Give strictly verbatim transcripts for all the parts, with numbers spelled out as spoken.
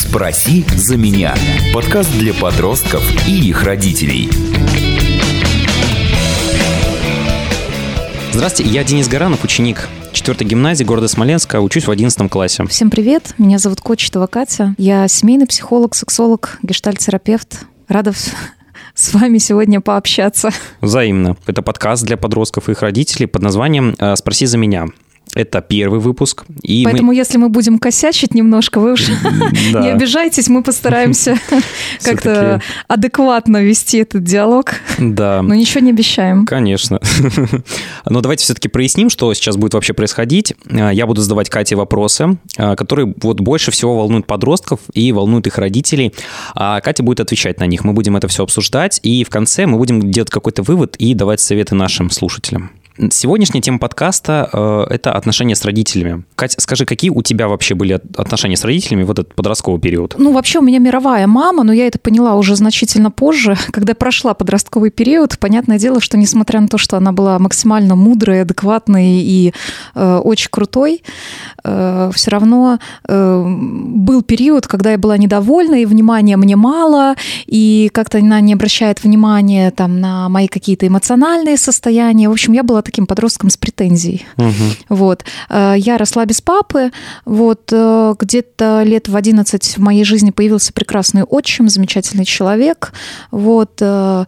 «Спроси за меня» – подкаст для подростков и их родителей. Здравствуйте, я Денис Гаранов, ученик четвёртой гимназии города Смоленска, учусь в одиннадцатом классе. Всем привет, меня зовут Кочетова Катя, я семейный психолог, сексолог, гештальт-терапевт. Рада с вами сегодня пообщаться. Взаимно. Это подкаст для подростков и их родителей под названием «Спроси за меня». Это первый выпуск. И Поэтому, мы... если мы будем косячить немножко, вы уж не обижайтесь, мы постараемся как-то адекватно вести этот диалог. Да. Но ничего не обещаем. Конечно. Но давайте все-таки проясним, что сейчас будет вообще происходить. Я буду задавать Кате вопросы, которые вот больше всего волнуют подростков и волнуют их родителей. А Катя будет отвечать на них. Мы будем это все обсуждать, и в конце мы будем делать какой-то вывод и давать советы нашим слушателям. Сегодняшняя тема подкаста э, – это отношения с родителями. Катя, скажи, какие у тебя вообще были отношения с родителями в этот подростковый период? Ну, вообще у меня мировая мама, но я это поняла уже значительно позже, когда прошла подростковый период. Понятное дело, что несмотря на то, что она была максимально мудрой, адекватной и э, очень крутой, э, все равно э, был период, когда я была недовольна, и внимания мне мало, и как-то она не обращает внимания там, на мои какие-то эмоциональные состояния. В общем, я была таким подростком с претензией. Угу. Вот. Я росла без папы. Вот. Где-то лет в одиннадцать в моей жизни появился прекрасный отчим, замечательный человек. Вот.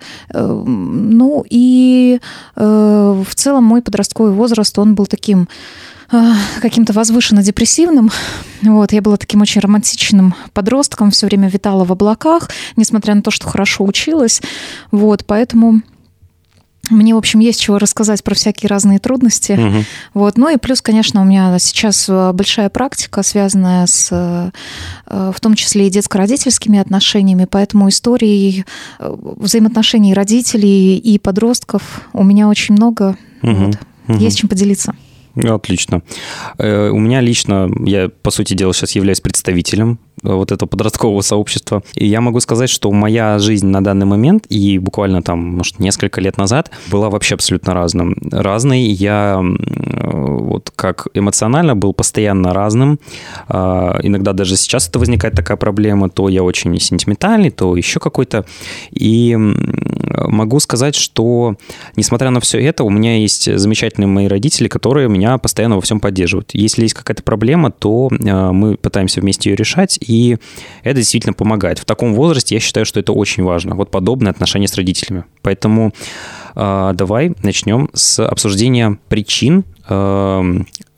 Ну и в целом мой подростковый возраст, он был таким каким-то возвышенно депрессивным. Вот, я была таким очень романтичным подростком, все время витала в облаках, несмотря на то, что хорошо училась. Вот, поэтому мне, в общем, есть чего рассказать про всякие разные трудности. Угу. Вот. Ну и плюс, конечно, у меня сейчас большая практика, связанная с, в том числе и детско-родительскими отношениями, поэтому историй взаимоотношений родителей и подростков у меня очень много. Угу. Вот. Угу. Есть чем поделиться. Отлично. У меня лично, я, по сути дела, сейчас являюсь представителем вот этого подросткового сообщества. И я могу сказать, что моя жизнь на данный момент и буквально там, может, несколько лет назад была вообще абсолютно разным. Разной. Я вот как эмоционально был постоянно разным. Иногда даже сейчас это возникает такая проблема. То я очень сентиментальный, то еще какой-то. И могу сказать, что, несмотря на все это, у меня есть замечательные мои родители, которые меня постоянно во всем поддерживают. Если есть какая-то проблема, то мы пытаемся вместе ее решать, и это действительно помогает. В таком возрасте я считаю, что это очень важно. Вот подобные отношения с родителями. Поэтому э, давай начнем с обсуждения причин э,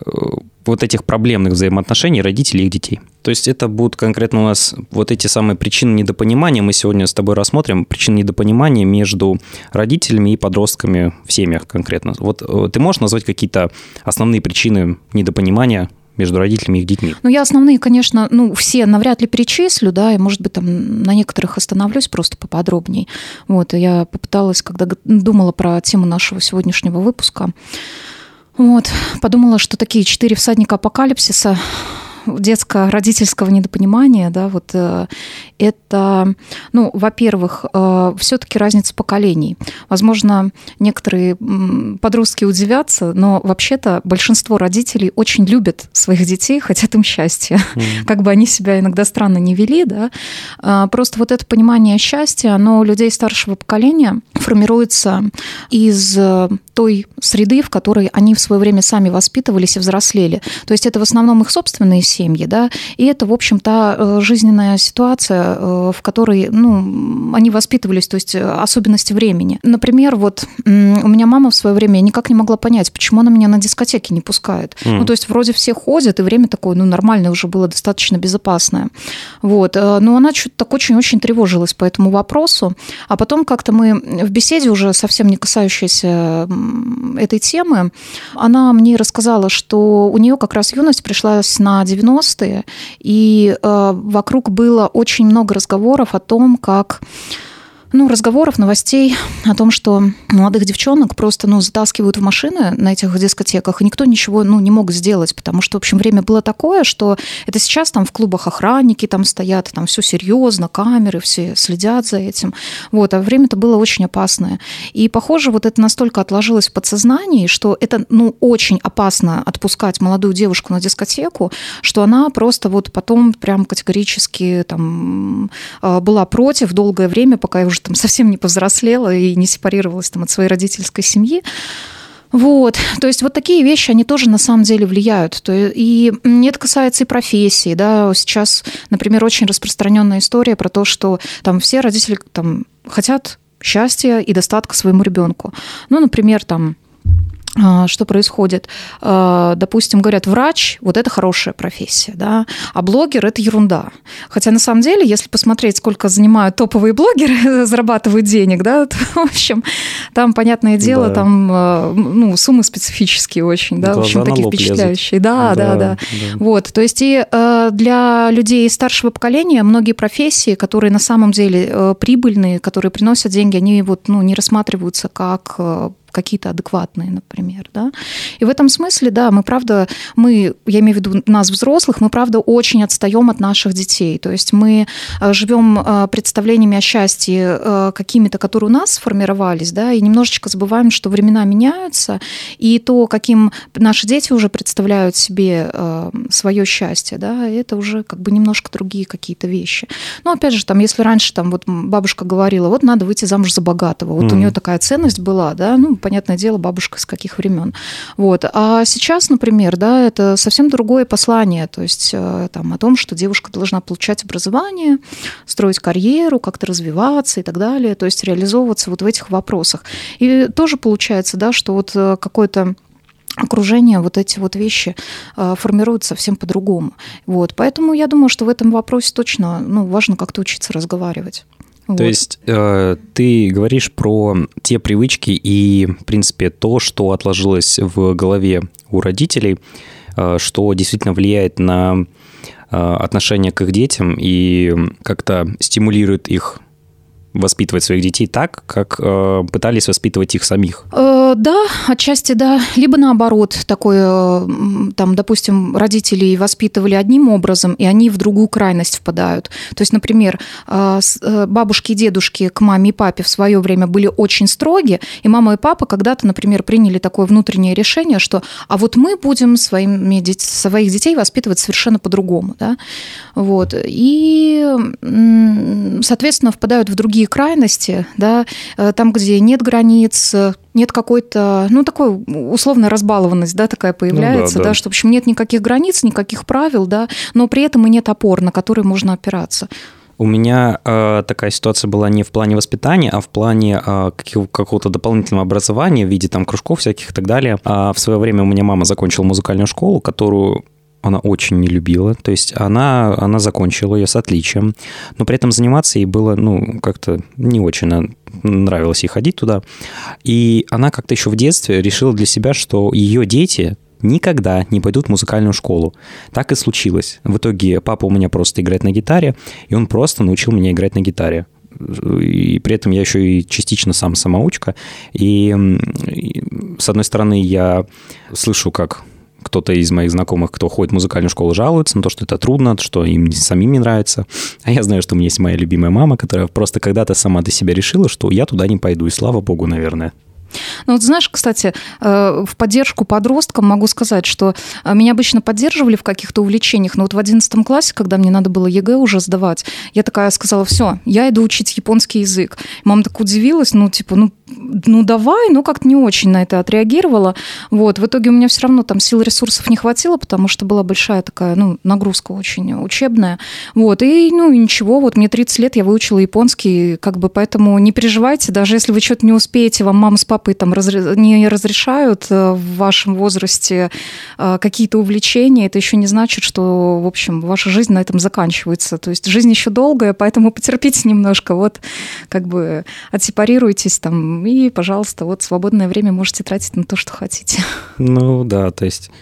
вот этих проблемных взаимоотношений родителей и их детей. То есть это будут конкретно у нас вот эти самые причины недопонимания. Мы сегодня с тобой рассмотрим причины недопонимания между родителями и подростками в семьях конкретно. Вот ты можешь назвать какие-то основные причины недопонимания между родителями и их детьми? Ну, я основные, конечно, ну, все навряд ли перечислю, да, и, может быть, там на некоторых остановлюсь просто поподробнее. Вот, и я попыталась, когда думала про тему нашего сегодняшнего выпуска, вот, подумала, что такие четыре всадника апокалипсиса детско-родительского недопонимания, да, вот э, это, ну, во-первых, э, все-таки разница поколений. Возможно, некоторые подростки удивятся, но вообще-то большинство родителей очень любят своих детей, хотят им счастья. Mm. Как бы они себя иногда странно не вели, да. Э, просто вот это понимание счастья, оно у людей старшего поколения формируется из той среды, в которой они в свое время сами воспитывались и взрослели. То есть это в основном их собственные семьи, да, и это, в общем-то, жизненная ситуация, в которой, ну, они воспитывались, то есть особенности времени. Например, вот у меня мама в свое время никак не могла понять, почему она меня на дискотеки не пускает. Mm. Ну, то есть вроде все ходят, и время такое, ну, нормальное уже было, достаточно безопасное. Вот. Но она что-то так очень-очень тревожилась по этому вопросу. А потом как-то мы в беседе, уже совсем не касающейся этой темы, она мне рассказала, что у нее как раз юность пришлась на девяностые, и э, вокруг было очень много разговоров о том, как Ну, разговоров, новостей о том, что молодых девчонок просто, ну, затаскивают в машины на этих дискотеках, и никто ничего, ну, не мог сделать, потому что, в общем, время было такое, что это сейчас там в клубах охранники там стоят, там все серьезно, камеры, все следят за этим, вот, а время-то было очень опасное. И, похоже, вот это настолько отложилось в подсознании, что это, ну, очень опасно отпускать молодую девушку на дискотеку, что она просто вот потом прям категорически там была против долгое время, пока я уже там совсем не повзрослела и не сепарировалась там от своей родительской семьи. Вот, то есть вот такие вещи, они тоже на самом деле влияют. И это касается и профессии, да, сейчас, например, очень распространенная история про то, что там все родители там хотят счастья и достатка своему ребенку. Ну, например, там что происходит? Допустим, говорят, врач, вот это хорошая профессия, да, а блогер – это ерунда. Хотя, на самом деле, если посмотреть, сколько занимают топовые блогеры, зарабатывают денег, да, то, в общем, там, понятное дело, да. там, ну, суммы специфические очень, да, глаза в общем, такие впечатляющие. Да, да, да, да, да. Вот, то есть и для людей старшего поколения многие профессии, которые на самом деле прибыльные, которые приносят деньги, они вот, ну, не рассматриваются как какие-то адекватные, например, да. И в этом смысле, да, мы, правда, мы, я имею в виду нас, взрослых, мы, правда, очень отстаем от наших детей. То есть мы живем представлениями о счастье какими-то, которые у нас сформировались, да, и немножечко забываем, что времена меняются, и то, каким наши дети уже представляют себе свое счастье, да, это уже как бы немножко другие какие-то вещи. Но, опять же, там, если раньше там вот бабушка говорила, вот надо выйти замуж за богатого, вот mm-hmm. у нее такая ценность была, да, ну, понятное дело, бабушка с каких времен. Вот. А сейчас, например, да, это совсем другое послание, то есть там, о том, что девушка должна получать образование, строить карьеру, как-то развиваться и так далее, то есть реализовываться вот в этих вопросах. И тоже получается, да, что вот какое-то окружение, вот эти вот вещи формируют совсем по-другому. Вот. Поэтому я думаю, что в этом вопросе точно, ну, важно как-то учиться разговаривать. То вот. есть э, ты говоришь про те привычки и, в принципе, то, что отложилось в голове у родителей, э, что действительно влияет на э, отношение к их детям и как-то стимулирует их воспитывать своих детей так, как э, пытались воспитывать их самих. Э, да, отчасти да. Либо наоборот, такое, там, допустим, родители воспитывали одним образом, и они в другую крайность впадают. То есть, например, э, бабушки и дедушки к маме и папе в свое время были очень строги, и мама и папа когда-то, например, приняли такое внутреннее решение, что а вот мы будем своими, своих детей воспитывать совершенно по-другому. Да? Вот. И, соответственно, впадают в другие крайности, да, там, где нет границ, нет какой-то, ну, такой условная разбалованность, да, такая появляется, ну, да, да. да, что, в общем, нет никаких границ, никаких правил, да, но при этом и нет опор, на которые можно опираться. У меня э, такая ситуация была не в плане воспитания, а в плане э, какого-то дополнительного образования в виде там кружков всяких и так далее. А в свое время у меня мама закончила музыкальную школу, которую она очень не любила, то есть она, она закончила ее с отличием, но при этом заниматься ей было, ну, как-то не очень нравилось ей ходить туда, и она как-то еще в детстве решила для себя, что ее дети никогда не пойдут в музыкальную школу. Так и случилось. В итоге папа у меня просто играет на гитаре, и он просто научил меня играть на гитаре. И при этом я еще и частично сам самоучка, и, и с одной стороны я слышу, как кто-то из моих знакомых, кто ходит в музыкальную школу, жалуется на то, что это трудно, что им самим не нравится. А я знаю, что у меня есть моя любимая мама, которая просто когда-то сама для себя решила, что я туда не пойду, и слава богу, наверное. Ну, вот знаешь, кстати, в поддержку подросткам могу сказать, что меня обычно поддерживали в каких-то увлечениях, но вот в одиннадцатом классе, когда мне надо было ЕГЭ уже сдавать, я такая сказала, все, я иду учить японский язык. Мама так удивилась, ну, типа, ну, ну давай, ну, как-то не очень на это отреагировала. Вот, в итоге у меня все равно там сил и ресурсов не хватило, потому что была большая такая, ну, нагрузка очень учебная. Вот, и, ну, ничего, вот мне тридцать лет, я выучила японский, как бы, поэтому не переживайте, даже если вы что-то не успеете, вам мама с папой там не разрешают в вашем возрасте какие-то увлечения, это еще не значит, что, в общем, ваша жизнь на этом заканчивается. То есть жизнь еще долгая, поэтому потерпите немножко, вот как бы отсепарируйтесь там и, пожалуйста, вот свободное время можете тратить на то, что хотите. Ну да, то есть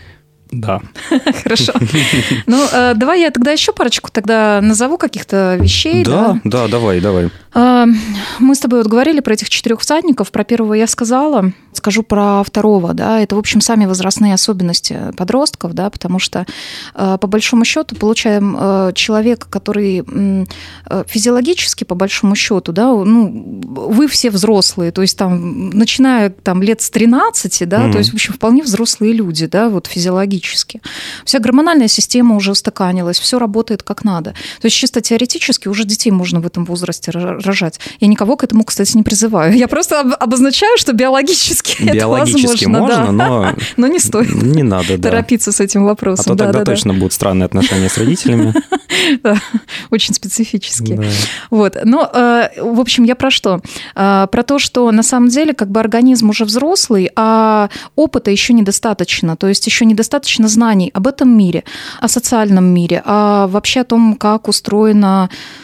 Да. Хорошо. Ну, давай я тогда еще парочку тогда назову каких-то вещей. Да, да, давай, давай. Мы с тобой вот говорили про этих четырех всадников. Про первого я сказала. Скажу про второго. Да, это, в общем, сами возрастные особенности подростков, да, потому что, по большому счету, получаем человека, который физиологически, по большому счету, да, ну, вы все взрослые, то есть там, начиная там лет с тринадцати, да, mm-hmm. то есть, в общем, вполне взрослые люди, да, вот физиологически. Вся гормональная система уже устаканилась, все работает как надо. То есть чисто теоретически уже детей можно в этом возрасте рожать. Я никого к этому, кстати, не призываю. Я просто обозначаю, что биологически, биологически это возможно. можно, да. но... но не стоит не надо, да. торопиться с этим вопросом. А то да, тогда да, точно да. будут странные отношения с родителями. Да, очень специфические. Да. Вот. Но, в общем, я про что? Про то, что на самом деле как бы организм уже взрослый, а опыта еще недостаточно. То есть еще недостаточно знаний об этом мире, о социальном мире, а вообще о том, как устроена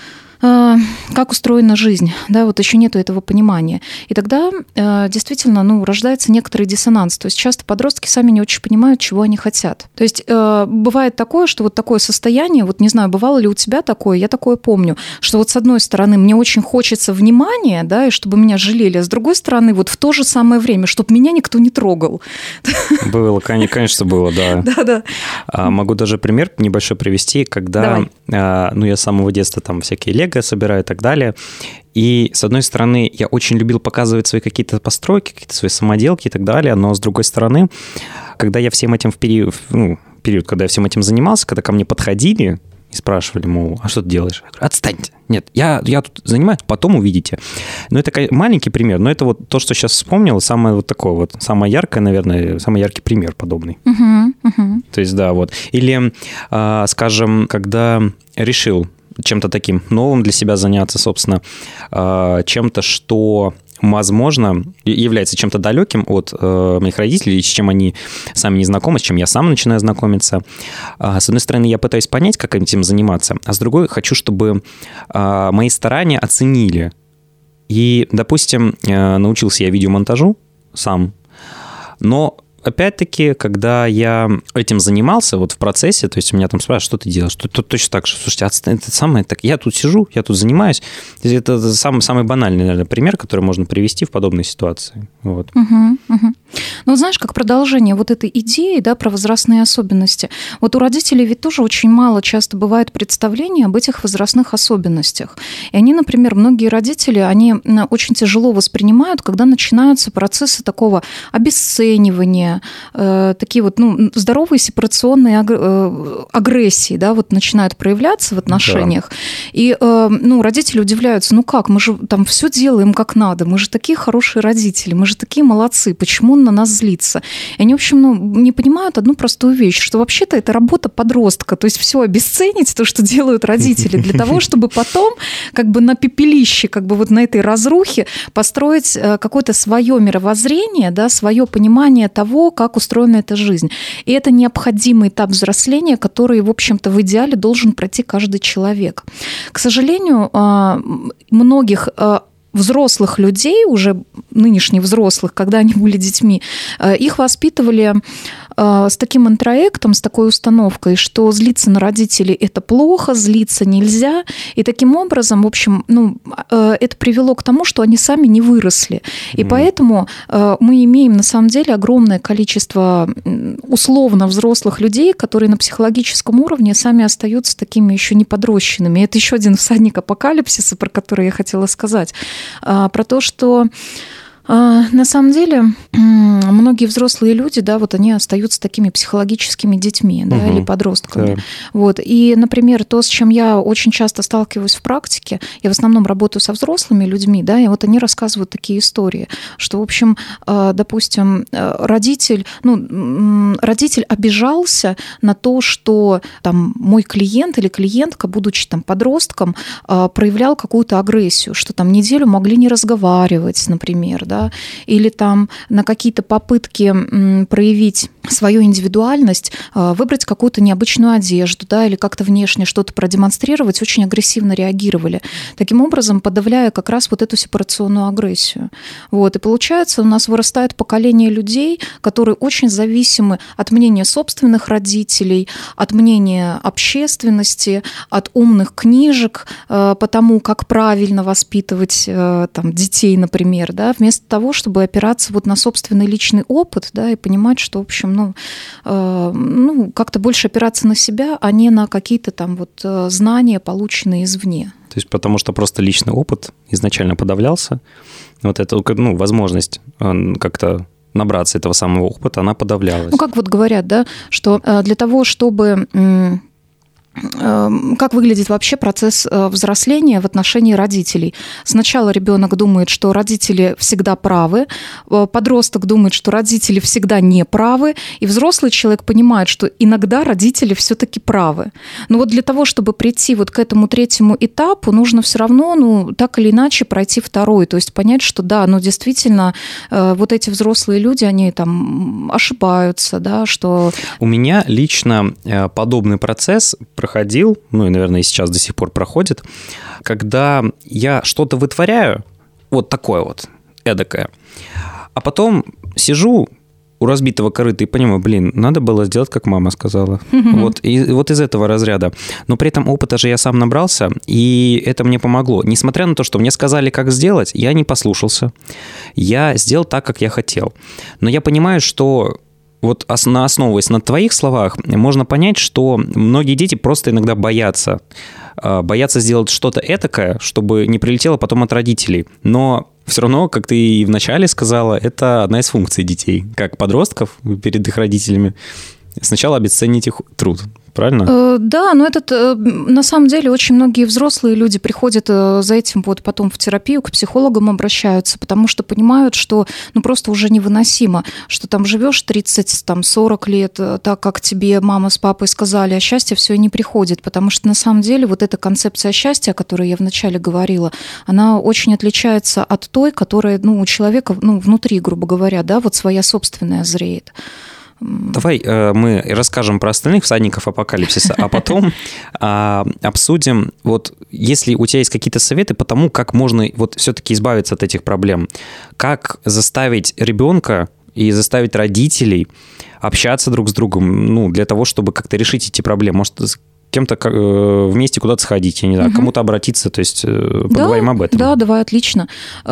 как устроена жизнь, да, вот еще нету этого понимания. И тогда действительно, ну, рождается некоторый диссонанс. То есть часто подростки сами не очень понимают, чего они хотят. То есть бывает такое, что вот такое состояние, вот не знаю, бывало ли у тебя такое, я такое помню, что вот с одной стороны мне очень хочется внимания, да, и чтобы меня жалели, а с другой стороны вот в то же самое время, чтобы меня никто не трогал. Было, конечно, было, да. Да, да. А, могу даже пример небольшой привести, когда, а, ну, я с самого детства там всякие лего собираю и так далее. И, с одной стороны, я очень любил показывать свои какие-то постройки, какие-то свои самоделки и так далее, но, с другой стороны, когда я всем этим в период, ну, период, когда я всем этим занимался, когда ко мне подходили и спрашивали, мол, а что ты делаешь? Я говорю, отстаньте. Нет, я, я тут занимаюсь, потом увидите. Ну, это маленький пример, но это вот то, что сейчас вспомнил, самое вот такое вот, самое яркое, наверное, самый яркий пример подобный. Uh-huh, uh-huh. То есть, да, вот. Или, скажем, когда решил чем-то таким новым для себя заняться, собственно, чем-то, что, возможно, является чем-то далеким от моих родителей, с чем они сами не знакомы, с чем я сам начинаю знакомиться. С одной стороны, я пытаюсь понять, как этим заниматься, а с другой, хочу, чтобы мои старания оценили. И, допустим, научился я видеомонтажу сам, но опять-таки, когда я этим занимался вот в процессе, то есть у меня там спрашивают, что ты делаешь, то, то точно так же, слушайте, это самое, так, я тут сижу, я тут занимаюсь. Это самый, самый банальный, наверное, пример, который можно привести в подобной ситуации. Вот. Угу, угу. Ну, знаешь, как продолжение вот этой идеи, да, про возрастные особенности. Вот у родителей ведь тоже очень мало часто бывает представлений об этих возрастных особенностях. И они, например, многие родители, они очень тяжело воспринимают, когда начинаются процессы такого обесценивания, э, такие вот, ну, здоровые сепарационные агрессии, да, вот начинают проявляться в отношениях. Да. И, э, ну, родители удивляются, ну как, мы же там все делаем как надо, мы же такие хорошие родители, мы же такие молодцы, почему он на нас злится? И они, в общем, ну, не понимают одну простую вещь, что вообще-то это работа подростка, то есть все обесценить, то, что делают родители, для того, чтобы потом как бы на пепелище, как бы вот на этой разрухе построить какое-то свое мировоззрение, да, свое понимание того, как устроена эта жизнь. И это необходимый этап взросления, который, в общем-то, в идеале должен пройти каждый человек. К сожалению, многих взрослых людей, уже нынешних взрослых, когда они были детьми, их воспитывали с таким интроектом, с такой установкой, что злиться на родителей – это плохо, злиться нельзя. И таким образом, в общем, ну, это привело к тому, что они сами не выросли. И mm-hmm. поэтому мы имеем, на самом деле, огромное количество условно взрослых людей, которые на психологическом уровне сами остаются такими еще неподрощенными. Это еще один всадник апокалипсиса, про который я хотела сказать. Про то, что на самом деле многие взрослые люди, да, вот они остаются такими психологическими детьми, да, угу. или подростками. Да. Вот. И, например, то, с чем я очень часто сталкиваюсь в практике, я в основном работаю со взрослыми людьми, да, и вот они рассказывают такие истории, что, в общем, допустим, родитель, ну, родитель обижался на то, что там мой клиент или клиентка, будучи там подростком, проявлял какую-то агрессию, что там неделю могли не разговаривать, например, да, да, или там на какие-то попытки проявить свою индивидуальность, выбрать какую-то необычную одежду, да, или как-то внешне что-то продемонстрировать, очень агрессивно реагировали. Таким образом, подавляя как раз вот эту сепарационную агрессию. Вот. И получается, у нас вырастает поколение людей, которые очень зависимы от мнения собственных родителей, от мнения общественности, от умных книжек по тому, как правильно воспитывать там, детей, например, да, вместо того, чтобы опираться вот на собственный личный опыт, да, и понимать, что, в общем, ну, э, ну, как-то больше опираться на себя, а не на какие-то там вот знания, полученные извне. То есть потому что просто личный опыт изначально подавлялся, вот эта, ну, возможность как-то набраться этого самого опыта, она подавлялась. Ну, как вот говорят, да, что для того, чтобы... Как выглядит вообще процесс взросления в отношении родителей? Сначала ребенок думает, что родители всегда правы, подросток думает, что родители всегда не правы, и взрослый человек понимает, что иногда родители все-таки правы. Но вот для того, чтобы прийти вот к этому третьему этапу, нужно все равно, ну, так или иначе пройти второй, то есть понять, что да, ну, действительно, вот эти взрослые люди, они там ошибаются, да, что... У меня лично подобный процесс проходил, ну и, наверное, и сейчас до сих пор проходит, когда я что-то вытворяю, вот такое вот, эдакое, а потом сижу у разбитого корыта и понимаю, блин, надо было сделать, как мама сказала. Mm-hmm. Вот, и вот из этого разряда. Но при этом опыта же я сам набрался, и это мне помогло. Несмотря на то, что мне сказали, как сделать, я не послушался. Я сделал так, как я хотел. Но я понимаю, что... Вот основываясь на твоих словах, можно понять, что многие дети просто иногда боятся. Боятся сделать что-то этакое, чтобы не прилетело потом от родителей. Но все равно, как ты и вначале сказала, это одна из функций детей, как подростков перед их родителями. Сначала обесценить их труд. Правильно? Да, но этот, на самом деле, очень многие взрослые люди приходят за этим вот потом в терапию, к психологам обращаются, потому что понимают, что ну просто уже невыносимо, что там живешь тридцать-сорок лет, так как тебе мама с папой сказали, а счастье все и не приходит, потому что на самом деле вот эта концепция счастья, о которой я вначале говорила, она очень отличается от той, которая ну, у человека ну, внутри, грубо говоря, да, вот своя собственная зреет. Давай э, мы расскажем про остальных всадников апокалипсиса, а потом э, обсудим, вот если у тебя есть какие-то советы по тому, как можно вот все-таки избавиться от этих проблем, как заставить ребенка и заставить родителей общаться друг с другом, ну, для того, чтобы как-то решить эти проблемы. Может, с кем-то вместе куда-то сходить, я не знаю, угу. кому-то обратиться, то есть поговорим да, об этом. Да, давай, отлично.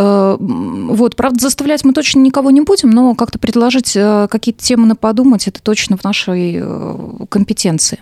Вот, правда, заставлять мы точно никого не будем, но как-то предложить какие-то темы на подумать, это точно в нашей компетенции.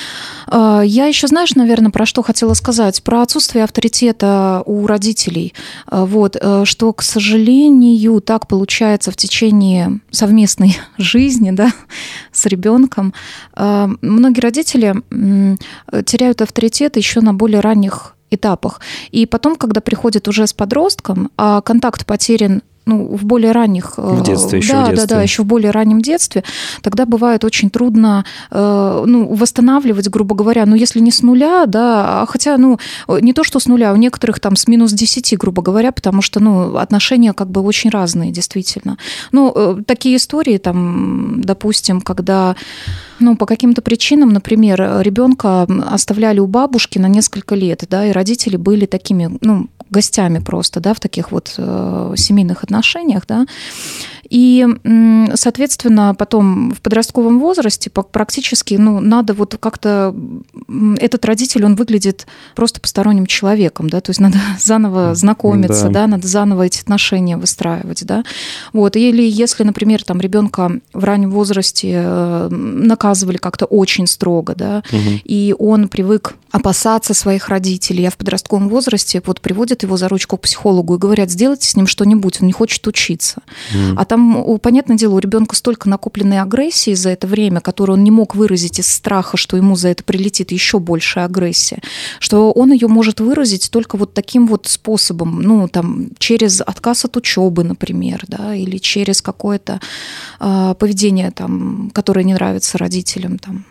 Я еще, знаешь, наверное, про что хотела сказать? Про отсутствие авторитета у родителей. Вот, что, к сожалению, так получается в течение совместной жизни, да, с ребенком. Многие родители теряют авторитет еще на более ранних этапах. И потом, когда приходят уже с подростком, а контакт потерян ну, в более ранних... В детстве еще да, в детстве. Да, да, еще в более раннем детстве, тогда бывает очень трудно ну, восстанавливать, грубо говоря, ну, если не с нуля, да, хотя, ну, не то, что с нуля, у некоторых там с минус десяти, грубо говоря, потому что, ну, отношения как бы очень разные, действительно. Ну, такие истории, там, допустим, когда... Ну, по каким-то причинам, например, ребенка оставляли у бабушки на несколько лет, да, и родители были такими, ну, гостями просто, да, в таких вот э, семейных отношениях, да. И, соответственно, потом в подростковом возрасте практически, ну, надо вот как-то... Этот родитель, он выглядит просто посторонним человеком, да, то есть надо заново знакомиться, да, да надо заново эти отношения выстраивать, да. Вот, или если, например, там ребенка в раннем возрасте наказывали как-то очень строго, да, угу. и он привык опасаться своих родителей, а в подростковом возрасте вот приводят его за ручку к психологу и говорят, сделайте с ним что-нибудь, он не хочет учиться. Угу. А там Там, понятное дело, у ребенка столько накопленной агрессии за это время, которую он не мог выразить из страха, что ему за это прилетит еще большая агрессия, что он ее может выразить только вот таким вот способом, ну, там, через отказ от учебы, например, да, или через какое-то э, поведение, там, которое не нравится родителям. Там.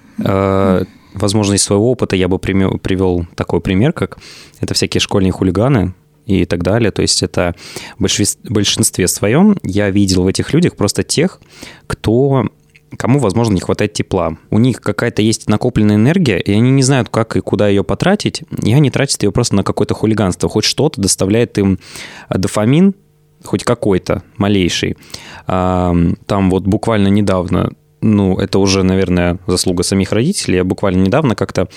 Возможно, из своего опыта я бы привел такой пример, как это всякие школьные хулиганы, и так далее. То есть это в большинстве своем я видел в этих людях просто тех, кто... кому, возможно, не хватает тепла. У них какая-то есть накопленная энергия, и они не знают, как и куда ее потратить, и они тратят ее просто на какое-то хулиганство. Хоть что-то доставляет им дофамин, хоть какой-то, малейший. Там вот буквально недавно, ну, это уже, наверное, заслуга самих родителей, я буквально недавно как-то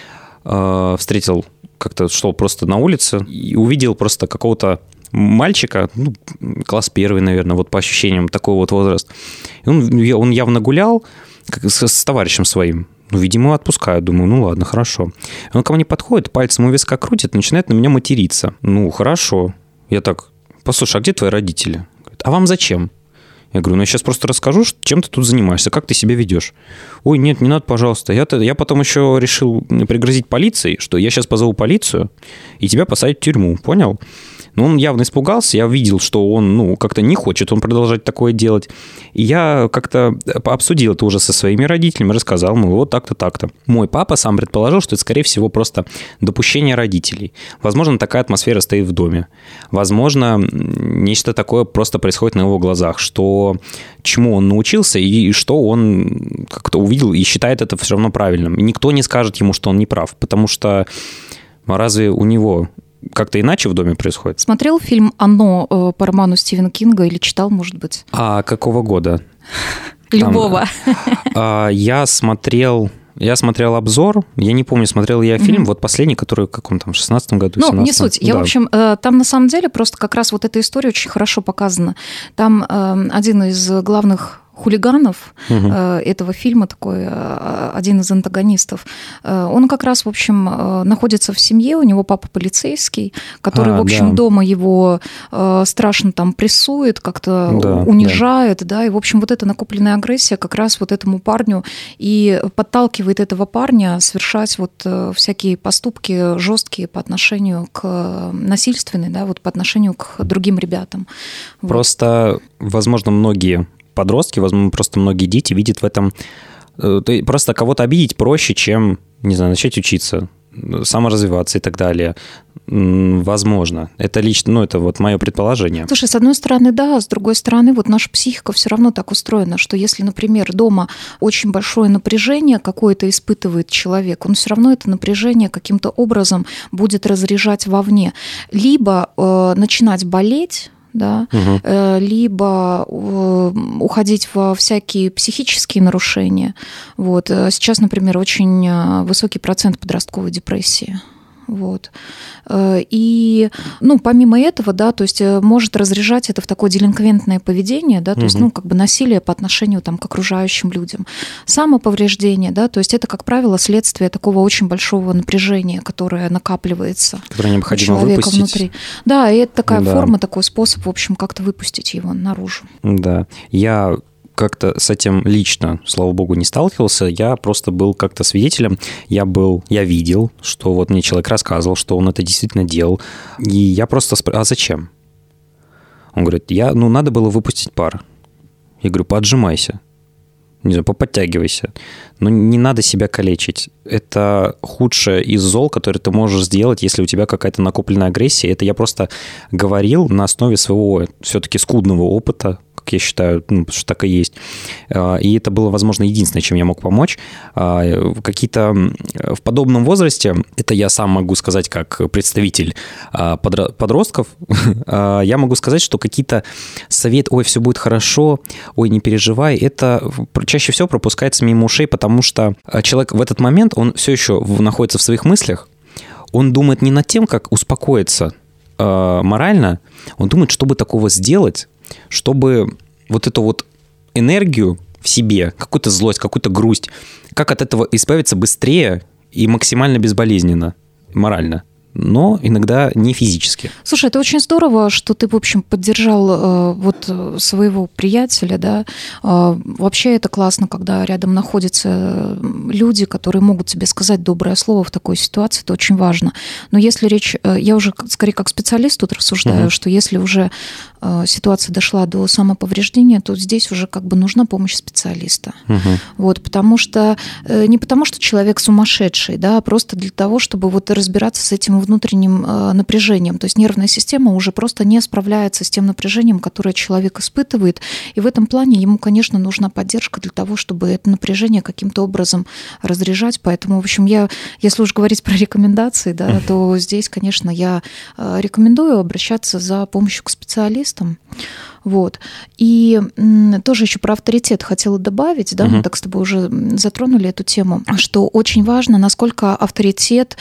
э, встретил, как-то шел просто на улице и увидел просто какого-то мальчика, ну, класс первый, наверное, вот по ощущениям такой вот возраст. И он, он явно гулял как с, с товарищем своим. Ну, видимо, отпускают. Думаю, ну ладно, хорошо. И он ко мне подходит, пальцем у виска крутит, начинает на меня материться. Ну, хорошо. Я так, послушай, а где твои родители? Говорит, а вам зачем? Я говорю, ну я сейчас просто расскажу, чем ты тут занимаешься, как ты себя ведешь. Ой, нет, не надо, пожалуйста. Я, я потом еще решил пригрозить полиции, что я сейчас позову полицию, и тебя посадят в тюрьму, понял? Но он явно испугался, я видел, что он, ну, как-то не хочет он продолжать такое делать. И я как-то обсудил это уже со своими родителями, рассказал ему, вот так-то, так-то. Мой папа сам предположил, что это, скорее всего, просто допущение родителей. Возможно, такая атмосфера стоит в доме. Возможно, нечто такое просто происходит на его глазах, что чему он научился и что он как-то увидел и считает это все равно правильным. И никто не скажет ему, что он не прав, потому что разве у него... как-то иначе в доме происходит. Смотрел фильм «Оно» по роману Стивена Кинга или читал, может быть? А какого года? Любого. Там, я смотрел... Я смотрел обзор, я не помню, смотрел я фильм, mm-hmm. вот последний, который, как он там, в шестнадцатом году, Ну, не суть. Я, да. в общем, там на самом деле просто как раз вот эта история очень хорошо показана. Там один из главных хулиганов угу. этого фильма, такой один из антагонистов, он как раз, в общем, находится в семье, у него папа полицейский, который, а, в общем, да. дома его страшно там прессует, как-то да, унижает, да. да, и, в общем, вот эта накопленная агрессия как раз вот этому парню и подталкивает этого парня совершать вот всякие поступки жесткие по отношению к насильственной, да, вот по отношению к другим ребятам. Просто, вот. возможно, многие подростки, возможно, просто многие дети видят в этом... Просто кого-то обидеть проще, чем, не знаю, начать учиться, саморазвиваться и так далее. Возможно. Это лично, ну, это вот мое предположение. Слушай, с одной стороны, да, с другой стороны, вот наша психика все равно так устроена, что если, например, дома очень большое напряжение какое-то испытывает человек, он все равно это напряжение каким-то образом будет разряжать вовне. Либо э, начинать болеть, да, угу. либо уходить во всякие психические нарушения. Вот. Сейчас, например, очень высокий процент подростковой депрессии. Вот. И, ну, помимо этого, да, то есть может разряжать это в такое делинквентное поведение, да, то угу. есть, ну, как бы насилие по отношению там, к окружающим людям. Самоповреждение, да, то есть это, как правило, следствие такого очень большого напряжения, которое накапливается которое необходимо у человека выпустить. Внутри. Да, и это такая да. форма, такой способ, в общем, как-то выпустить его наружу. Да, я... как-то с этим лично, слава богу, не сталкивался. Я просто был как-то свидетелем. Я был, я видел, что вот мне человек рассказывал, что он это действительно делал. И я просто спрашиваю, а зачем? Он говорит, я, ну, надо было выпустить пар. Я говорю, поотжимайся. Не знаю, поподтягивайся. Но не надо себя калечить. Это худшее из зол, которое ты можешь сделать, если у тебя какая-то накопленная агрессия. Это я просто говорил на основе своего все-таки скудного опыта, как я считаю, ну, потому что так и есть. И это было, возможно, единственное, чем я мог помочь. Какие-то в подобном возрасте, это я сам могу сказать как представитель подростков, я могу сказать, что какие-то советы, ой, все будет хорошо, ой, не переживай, это чаще всего пропускается мимо ушей, потому что человек в этот момент, он все еще находится в своих мыслях, он думает не над тем, как успокоиться морально, он думает, что бы такого сделать, чтобы вот эту вот энергию в себе, какую-то злость, какую-то грусть, как от этого избавиться быстрее и максимально безболезненно, морально, но иногда не физически. Слушай, это очень здорово, что ты, в общем, поддержал э, вот своего приятеля, да. Э, вообще это классно, когда рядом находятся люди, которые могут тебе сказать доброе слово в такой ситуации, это очень важно. Но если речь, э, я уже скорее как специалист тут рассуждаю, угу. что если уже э, ситуация дошла до самоповреждения, то здесь уже как бы нужна помощь специалиста. Угу. Вот, потому что, э, не потому что человек сумасшедший, да, а просто для того, чтобы вот разбираться с этим этим внутренним напряжением. То есть нервная система уже просто не справляется с тем напряжением, которое человек испытывает. И в этом плане ему, конечно, нужна поддержка для того, чтобы это напряжение каким-то образом разряжать. Поэтому, в общем, я, если уж говорить про рекомендации, да, то здесь, конечно, я рекомендую обращаться за помощью к специалистам. Вот. И тоже еще про авторитет хотела добавить, да, uh-huh. мы так с тобой уже затронули эту тему, что очень важно, насколько авторитет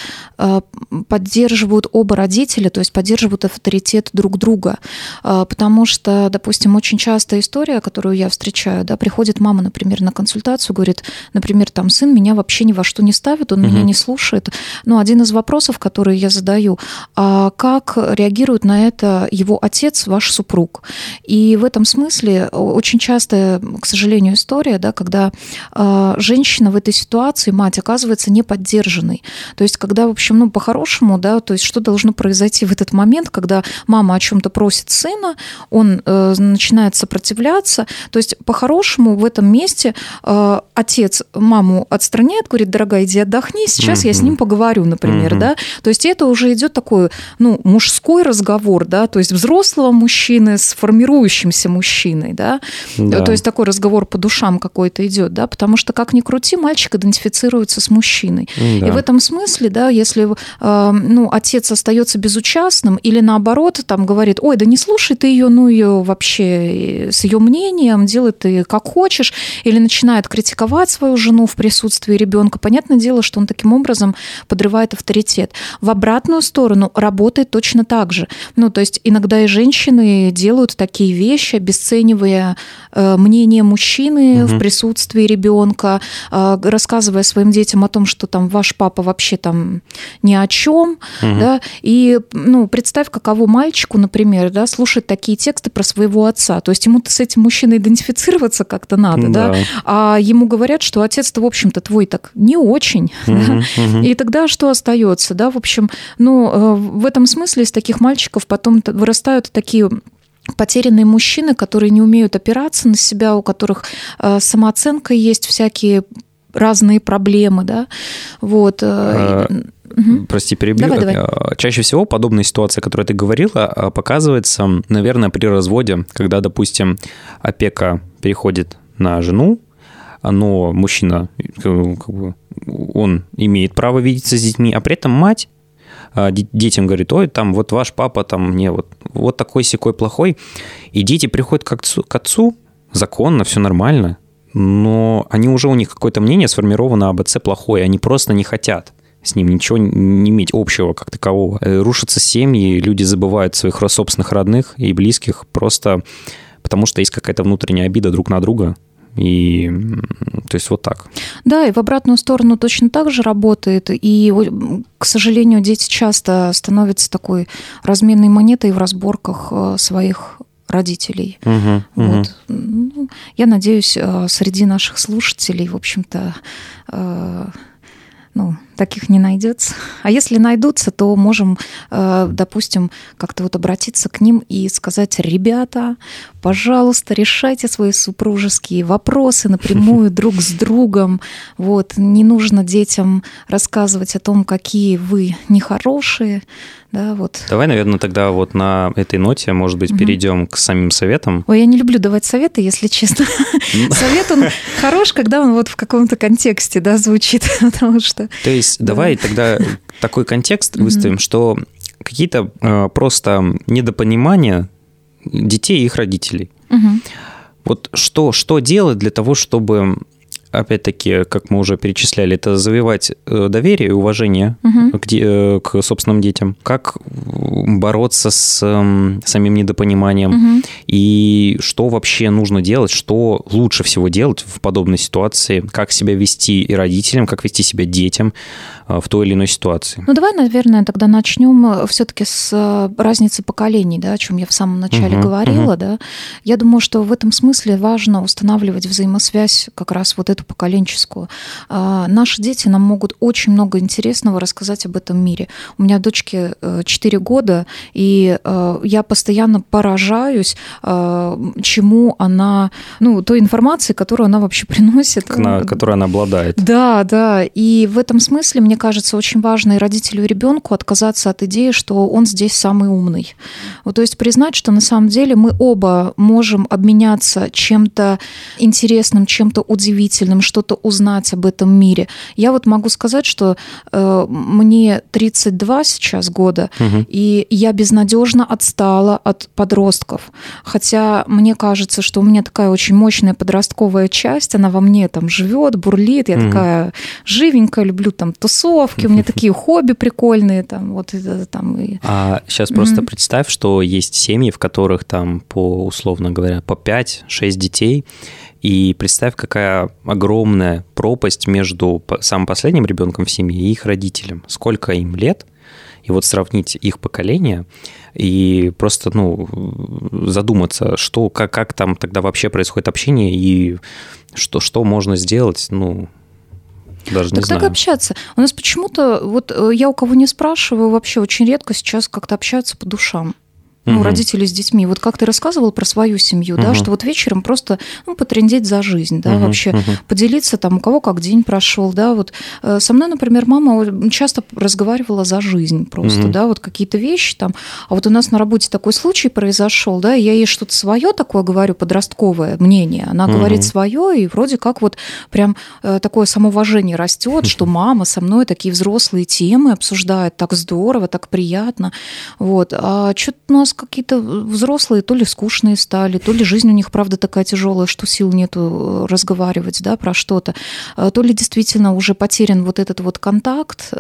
поддерживают оба родителя, то есть поддерживают авторитет друг друга. Потому что, допустим, очень часто история, которую я встречаю, да, приходит мама, например, на консультацию, говорит, например, там, сын меня вообще ни во что не ставит, он uh-huh. меня не слушает. Но один из вопросов, которые я задаю, а как реагирует на это его отец, ваш супруг? И в этом смысле очень часто, к сожалению, история, да, когда э, женщина в этой ситуации, мать, оказывается неподдержанной. То есть, когда, в общем, ну, по-хорошему, да, то есть, что должно произойти в этот момент, когда мама о чем-то просит сына, он э, начинает сопротивляться. То есть, по-хорошему, в этом месте э, отец маму отстраняет, говорит, дорогая, иди отдохни, сейчас mm-hmm. я с ним поговорю, например, mm-hmm. да. То есть, это уже идет такой, ну, мужской разговор, да, то есть, взрослого мужчины с формирующим мужчиной, да? Да. То есть такой разговор по душам какой-то идет, да, потому что как ни крути, мальчик идентифицируется с мужчиной. Да. И в этом смысле, да, если э, ну, отец остается безучастным или наоборот там говорит, ой, да не слушай ты ее, ну ее вообще с ее мнением, делай ты как хочешь, или начинает критиковать свою жену в присутствии ребенка, понятное дело, что он таким образом подрывает авторитет. В обратную сторону работает точно так же. Ну, то есть иногда и женщины делают такие вещи, обесценивая э, мнение мужчины угу. в присутствии ребенка, э, рассказывая своим детям о том, что там ваш папа вообще там ни о чем, угу. да, и ну, представь, каково мальчику, например, да, слушать такие тексты про своего отца, то есть ему-то с этим мужчиной идентифицироваться как-то надо, да, да? А ему говорят, что отец-то, в общем-то, твой так не очень, угу. да? Угу. И тогда что остается, да, в общем, ну, э, в этом смысле из таких мальчиков потом вырастают такие потерянные мужчины, которые не умеют опираться на себя, у которых э, самооценка есть, всякие разные проблемы, да, вот. А, угу. Прости, перебью. Давай, давай. Чаще всего подобная ситуация, о которой ты говорила, показывается, наверное, при разводе, когда, допустим, опека переходит на жену, но мужчина, как бы, он имеет право видеться с детьми, а при этом мать детям говорит, ой, там вот ваш папа там мне вот, вот такой-сякой плохой. И дети приходят к отцу, к отцу, законно, все нормально, но они уже, у них какое-то мнение сформировано об отце плохое, они просто не хотят с ним ничего не иметь общего как такового. Рушатся семьи, люди забывают своих собственных родных и близких просто потому, что есть какая-то внутренняя обида друг на друга. И то есть вот так. Да, и в обратную сторону точно так же работает. И, к сожалению, дети часто становятся такой разменной монетой в разборках своих родителей. Угу, вот. Угу. Я надеюсь, среди наших слушателей, в общем-то, ну, таких не найдется. А если найдутся, то можем, допустим, как-то вот обратиться к ним и сказать, ребята, пожалуйста, решайте свои супружеские вопросы напрямую друг с другом. Вот. Не нужно детям рассказывать о том, какие вы нехорошие. Да, вот. Давай, наверное, тогда вот на этой ноте, может быть, угу. перейдем к самим советам. Ой, я не люблю давать советы, если честно. Совет, он хорош, когда он вот в каком-то контексте, да, звучит, потому что... То есть давай тогда такой контекст выставим, что какие-то просто недопонимания детей и их родителей. Вот что, что делать для того, чтобы... Опять-таки, как мы уже перечисляли, это завоевать доверие и уважение угу. к, к собственным детям. Как бороться с э, самим недопониманием. Угу. И что вообще нужно делать, что лучше всего делать в подобной ситуации. Как себя вести и родителям, как вести себя детям в той или иной ситуации. Ну, давай, наверное, тогда начнем все-таки с разницы поколений, да, о чем я в самом начале угу. говорила. Угу. Да. Я думаю, что в этом смысле важно устанавливать взаимосвязь как раз вот эту поколенческую. Наши дети нам могут очень много интересного рассказать об этом мире. У меня дочке четыре года, и я постоянно поражаюсь, чему она, ну, той информации, которую она вообще приносит. На, которой она обладает. Да, да. И в этом смысле, мне кажется, очень важно и родителю, и ребенку отказаться от идеи, что он здесь самый умный. Вот, то есть признать, что на самом деле мы оба можем обменяться чем-то интересным, чем-то удивительным, что-то узнать об этом мире. Я вот могу сказать, что э, мне тридцать два сейчас года, угу. и я безнадежно отстала от подростков. Хотя мне кажется, что у меня такая очень мощная подростковая часть, она во мне там живет, бурлит, я угу. такая живенькая, люблю там тусовки, у меня такие хобби прикольные. Там, вот, там, и... А сейчас просто представь, что есть семьи, в которых там по, условно говоря, по пять-шесть детей, и представь, какая огромная пропасть между самым последним ребенком в семье и их родителем. Сколько им лет, и вот сравнить их поколение и просто, ну, задуматься, что, как, как там тогда вообще происходит общение и что, что можно сделать, ну... Даже так не знаю. Так общаться. У нас почему-то, вот я у кого не спрашиваю, вообще очень редко сейчас как-то общаются по душам. Ну, угу. родители с детьми. Вот как ты рассказывал про свою семью, угу. да, что вот вечером просто, ну, потрындеть за жизнь, да, угу. вообще угу. поделиться там, у кого как день прошел, да, вот. Со мной, например, мама часто разговаривала за жизнь просто, угу. да, вот какие-то вещи там. А вот у нас на работе такой случай произошел, да, и я ей что-то свое такое говорю, подростковое мнение, она угу. говорит свое, и вроде как вот прям такое самоуважение растет, что мама со мной такие взрослые темы обсуждает, так здорово, так приятно, вот. А что-то у нас какие-то взрослые то ли скучные стали, то ли жизнь у них, правда, такая тяжелая, что сил нету разговаривать, да, про что-то, то ли действительно уже потерян вот этот вот контакт.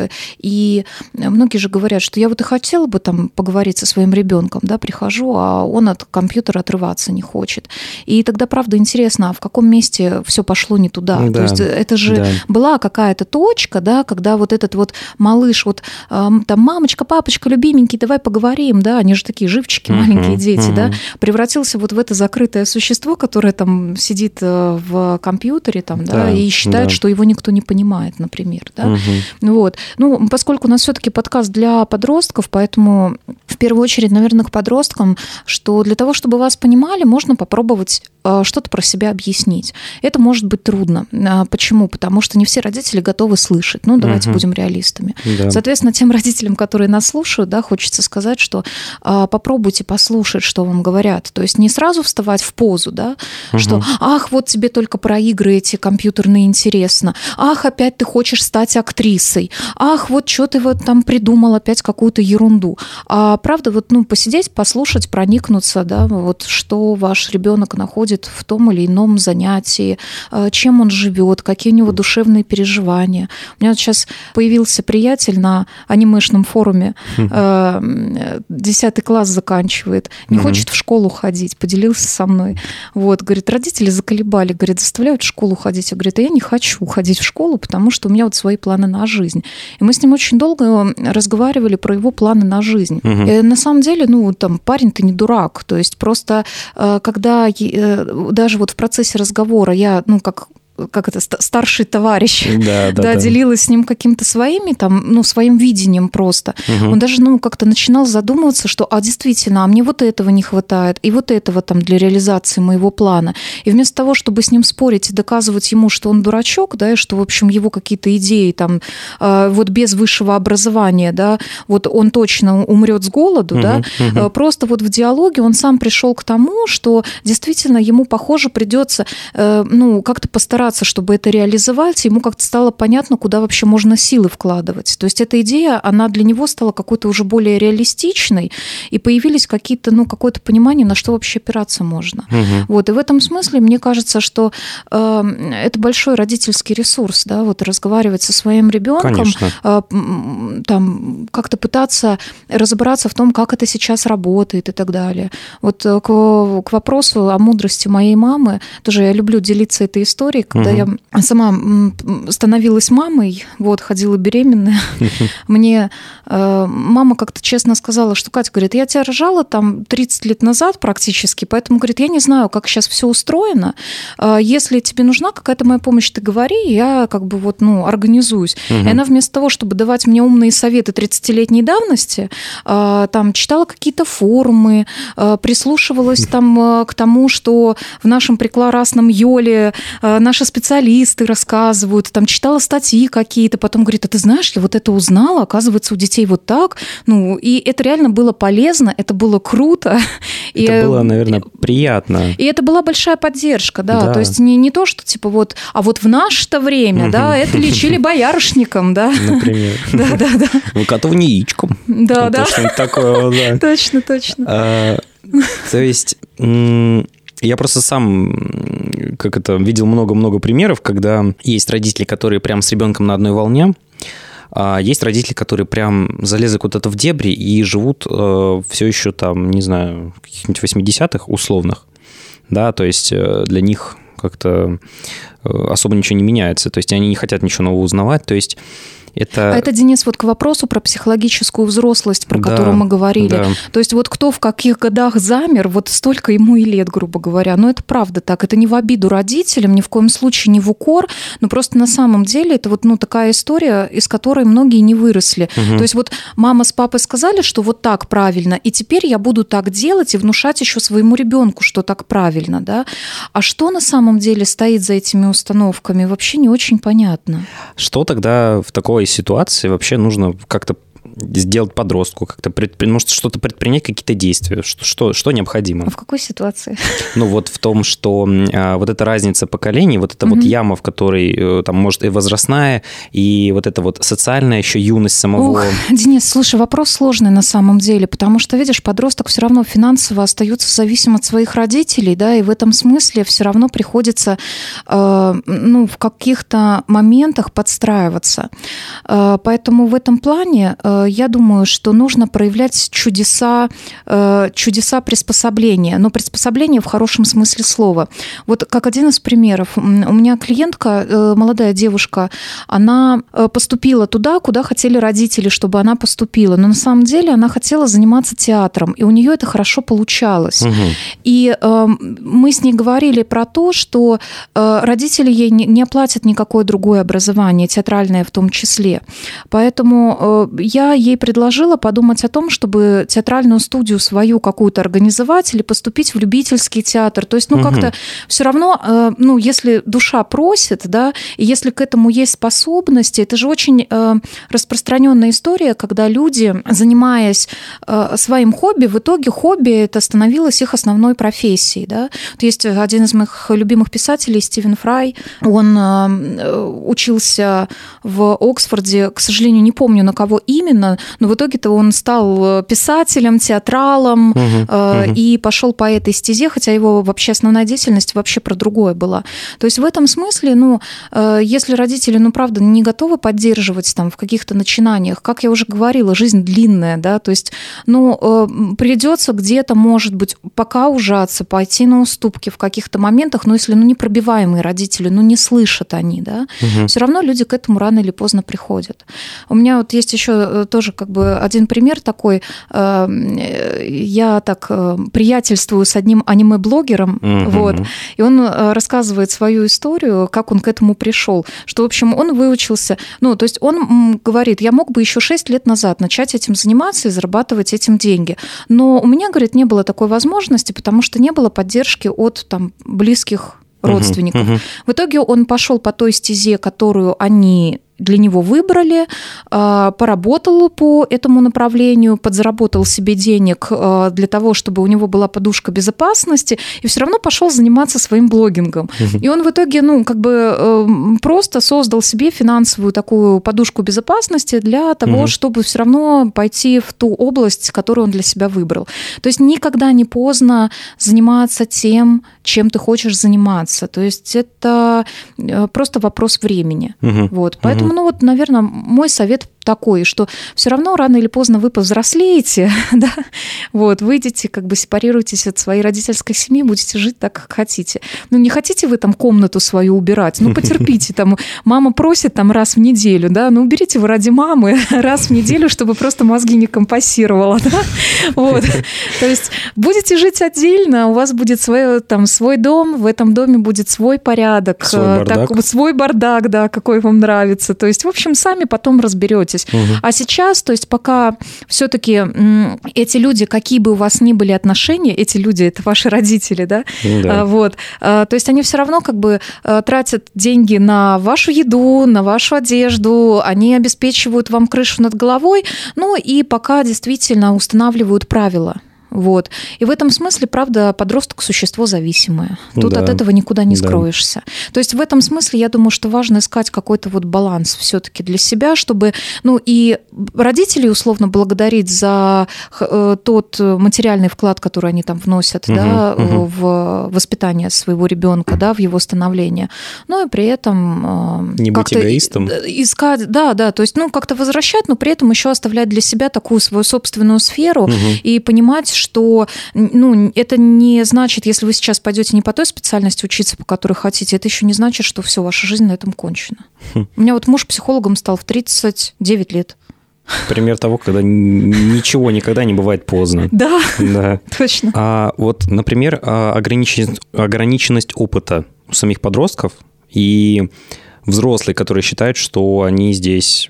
И многие же говорят, что я вот и хотела бы там поговорить со своим ребенком, да, прихожу, а он от компьютера отрываться не хочет. И тогда, правда, интересно, а в каком месте все пошло не туда? Да, то есть это же да. была какая-то точка, да, когда вот этот вот малыш, вот там, мамочка, папочка, любименький, давай поговорим, да, они же такие живчики, uh-huh, маленькие дети, uh-huh. да, превратился вот в это закрытое существо, которое там сидит в компьютере там, да, да, и считает, да. что его никто не понимает, например, да. Uh-huh. Вот. Ну, поскольку у нас все-таки подкаст для подростков, поэтому в первую очередь, наверное, к подросткам, что для того, чтобы вас понимали, можно попробовать что-то про себя объяснить. Это может быть трудно. Почему? Потому что не все родители готовы слышать. Ну, давайте uh-huh. будем реалистами. Да. Соответственно, тем родителям, которые нас слушают, да, хочется сказать, что попробуйте послушать, что вам говорят. То есть не сразу вставать в позу, да, угу. что «ах, вот тебе только про игры эти компьютерные интересно», «ах, опять ты хочешь стать актрисой», «ах, вот что ты вот там придумал опять какую-то ерунду». А правда, вот, ну, посидеть, послушать, проникнуться, да, вот что ваш ребенок находит в том или ином занятии, чем он живет, какие у него душевные переживания. У меня вот сейчас появился приятель на анимешном форуме, десятый класс заканчивает, не mm-hmm. хочет в школу ходить, поделился со мной. Вот, говорит, родители заколебали, говорит, заставляют в школу ходить. Я говорю, а я не хочу ходить в школу, потому что у меня вот свои планы на жизнь. И мы с ним очень долго разговаривали про его планы на жизнь. Mm-hmm. И на самом деле, ну, там, парень-то не дурак. То есть просто, когда даже вот в процессе разговора я, ну, как как это, старший товарищ, да, да, да, да. делилась с ним каким-то своими, там, ну, своим видением просто. Угу. Он даже, ну, как-то начинал задумываться, что, а, действительно, а мне вот этого не хватает, и вот этого там для реализации моего плана. И вместо того, чтобы с ним спорить и доказывать ему, что он дурачок, да, и что, в общем, его какие-то идеи там, вот без высшего образования, да, вот он точно умрет с голоду, угу, да, угу. просто вот в диалоге он сам пришел к тому, что действительно ему, похоже, придется, ну, как-то постараться, чтобы это реализовать, ему как-то стало понятно, куда вообще можно силы вкладывать. То есть эта идея, она для него стала какой-то уже более реалистичной, и появились какие-то, ну, какое-то понимание, на что вообще опираться можно. Угу. Вот, и в этом смысле мне кажется, что э, это большой родительский ресурс, да, вот разговаривать со своим ребенком, э, там, как-то пытаться разобраться в том, как это сейчас работает и так далее. Вот к, к вопросу о мудрости моей мамы, тоже я люблю делиться этой историей, когда угу. я сама становилась мамой, вот, ходила беременная, мне э, мама как-то честно сказала, что, Катя, говорит, я тебя рожала там тридцать лет назад практически, поэтому, говорит, я не знаю, как сейчас все устроено. Э, если тебе нужна какая-то моя помощь, ты говори, я как бы вот, ну, организуюсь. Угу. И она вместо того, чтобы давать мне умные советы тридцатилетней давности, э, там читала какие-то форумы, э, прислушивалась там э, к тому, что в нашем прекрасном Йоле э, наши специалисты рассказывают, там читала статьи какие-то, потом говорит, а ты знаешь, я вот это узнала, оказывается, у детей вот так. Ну, и это реально было полезно, это было круто. Это и, было, наверное, приятно. И это была большая поддержка, да. да. То есть не, не то, что типа вот, а вот в наше-то время, да, это лечили боярышником, да. Например. Да, да, да. Выкатывание яичком. Да, да. Что-нибудь такое, да. Точно, точно. То есть... Я просто сам, как это, видел много-много примеров, когда есть родители, которые прям с ребенком на одной волне, а есть родители, которые прям залезли куда-то в дебри и живут э, все еще там, не знаю, в каких-нибудь восьмидесятых условных, да, то есть для них как-то особо ничего не меняется, то есть они не хотят ничего нового узнавать, то есть это... А это, Денис, вот к вопросу про психологическую взрослость, про да, которую мы говорили. Да. То есть вот кто в каких годах замер, вот столько ему и лет, грубо говоря. Но это правда так. Это не в обиду родителям, ни в коем случае не в укор, но просто на самом деле это вот ну, такая история, из которой многие не выросли. Угу. То есть вот мама с папой сказали, что вот так правильно, и теперь я буду так делать и внушать еще своему ребенку, что так правильно. Да? А что на самом деле стоит за этими установками, вообще не очень понятно. Что тогда в такой ситуации вообще нужно как-то сделать подростку, как-то предпри... может что-то предпринять, какие-то действия, что, что, что необходимо? А в какой ситуации? Ну вот в том, что а, вот эта разница поколений, вот эта mm-hmm. вот яма, в которой там может и возрастная, и вот эта вот социальная еще юность самого... Ух, Денис, слушай, вопрос сложный на самом деле, потому что, видишь, подросток все равно финансово остается зависим от своих родителей, да, и в этом смысле все равно приходится э, ну, в каких-то моментах подстраиваться. Э, поэтому в этом плане э, я думаю, что нужно проявлять чудеса, чудеса приспособления, но приспособление в хорошем смысле слова. Вот как один из примеров. У меня клиентка, молодая девушка, она поступила туда, куда хотели родители, чтобы она поступила, но на самом деле она хотела заниматься театром, и у нее это хорошо получалось. Угу. И мы с ней говорили про то, что родители ей не оплатят никакое другое образование, театральное в том числе. Поэтому я ей предложила подумать о том, чтобы театральную студию свою какую-то организовать или поступить в любительский театр. То есть, ну, угу. как-то все равно, ну, если душа просит, да, и если к этому есть способности, это же очень распространенная история, когда люди, занимаясь своим хобби, в итоге хобби это становилось их основной профессией, да. Вот есть один из моих любимых писателей, Стивен Фрай, он учился в Оксфорде, к сожалению, не помню, на кого именно, но в итоге-то он стал писателем, театралом угу, э, угу. и пошел по этой стезе, хотя его вообще основная деятельность вообще про другое была. То есть в этом смысле, ну, э, если родители, ну, правда, не готовы поддерживать там в каких-то начинаниях, как я уже говорила, жизнь длинная, да, то есть, ну, э, придется где-то, может быть, пока ужаться, пойти на уступки в каких-то моментах, но если, ну, непробиваемые родители, ну, не слышат они, да, угу. все равно люди к этому рано или поздно приходят. У меня вот есть еще тоже как бы один пример такой. Я так приятельствую с одним аниме-блогером, mm-hmm. вот, и он рассказывает свою историю, как он к этому пришел. Что, в общем, он выучился, ну, то есть он говорит, я мог бы еще шесть лет назад начать этим заниматься и зарабатывать этим деньги. Но у меня, говорит, не было такой возможности, потому что не было поддержки от там близких родственников. Uh-huh, uh-huh. В итоге он пошел по той стезе, которую они для него выбрали, поработал по этому направлению, подзаработал себе денег для того, чтобы у него была подушка безопасности, и все равно пошел заниматься своим блогингом. Uh-huh. И он в итоге, ну, как бы просто создал себе финансовую такую подушку безопасности для того, uh-huh. чтобы все равно пойти в ту область, которую он для себя выбрал. То есть никогда не поздно заниматься тем, чем ты хочешь заниматься. То есть это просто вопрос времени. Uh-huh. Вот. Поэтому, uh-huh. ну вот, наверное, мой совет такой, что все равно рано или поздно вы повзрослеете, да, вот, выйдете, как бы сепарируетесь от своей родительской семьи, будете жить так, как хотите. Ну, не хотите вы там комнату свою убирать, ну, потерпите, там, мама просит там раз в неделю, да, ну, уберите вы ради мамы раз в неделю, чтобы просто мозги не компасировало, да, вот. То есть будете жить отдельно, у вас будет свой, там, свой дом, в этом доме будет свой порядок, свой бардак, так, свой бардак, да, какой вам нравится. То есть, в общем, сами потом разберетесь. Угу. А сейчас, то есть, пока все-таки эти люди, какие бы у вас ни были отношения, эти люди, это ваши родители, да, да. Вот, то есть они все равно как бы тратят деньги на вашу еду, на вашу одежду, они обеспечивают вам крышу над головой, ну и пока действительно устанавливают правила. Вот. И в этом смысле, правда, подросток – существо зависимое. Тут да. от этого никуда не скроешься. Да. То есть в этом смысле, я думаю, что важно искать какой-то вот баланс все-таки для себя, чтобы, ну, и родителей условно благодарить за тот материальный вклад, который они там вносят, угу, да, угу. в воспитание своего ребенка, да, в его становление. Ну и при этом не быть эгоистом. Искать, да, да, то есть, ну, как-то возвращать, но при этом еще оставлять для себя такую свою собственную сферу угу. и понимать, что, ну, это не значит, если вы сейчас пойдете не по той специальности учиться, по которой хотите, это еще не значит, что все, ваша жизнь на этом кончена. Хм. У меня вот муж психологом стал в тридцать девять лет. Пример того, когда ничего никогда не бывает поздно. Да, да. Точно. А вот, например, ограниченность, ограниченность опыта у самих подростков и взрослые, которые считают, что они здесь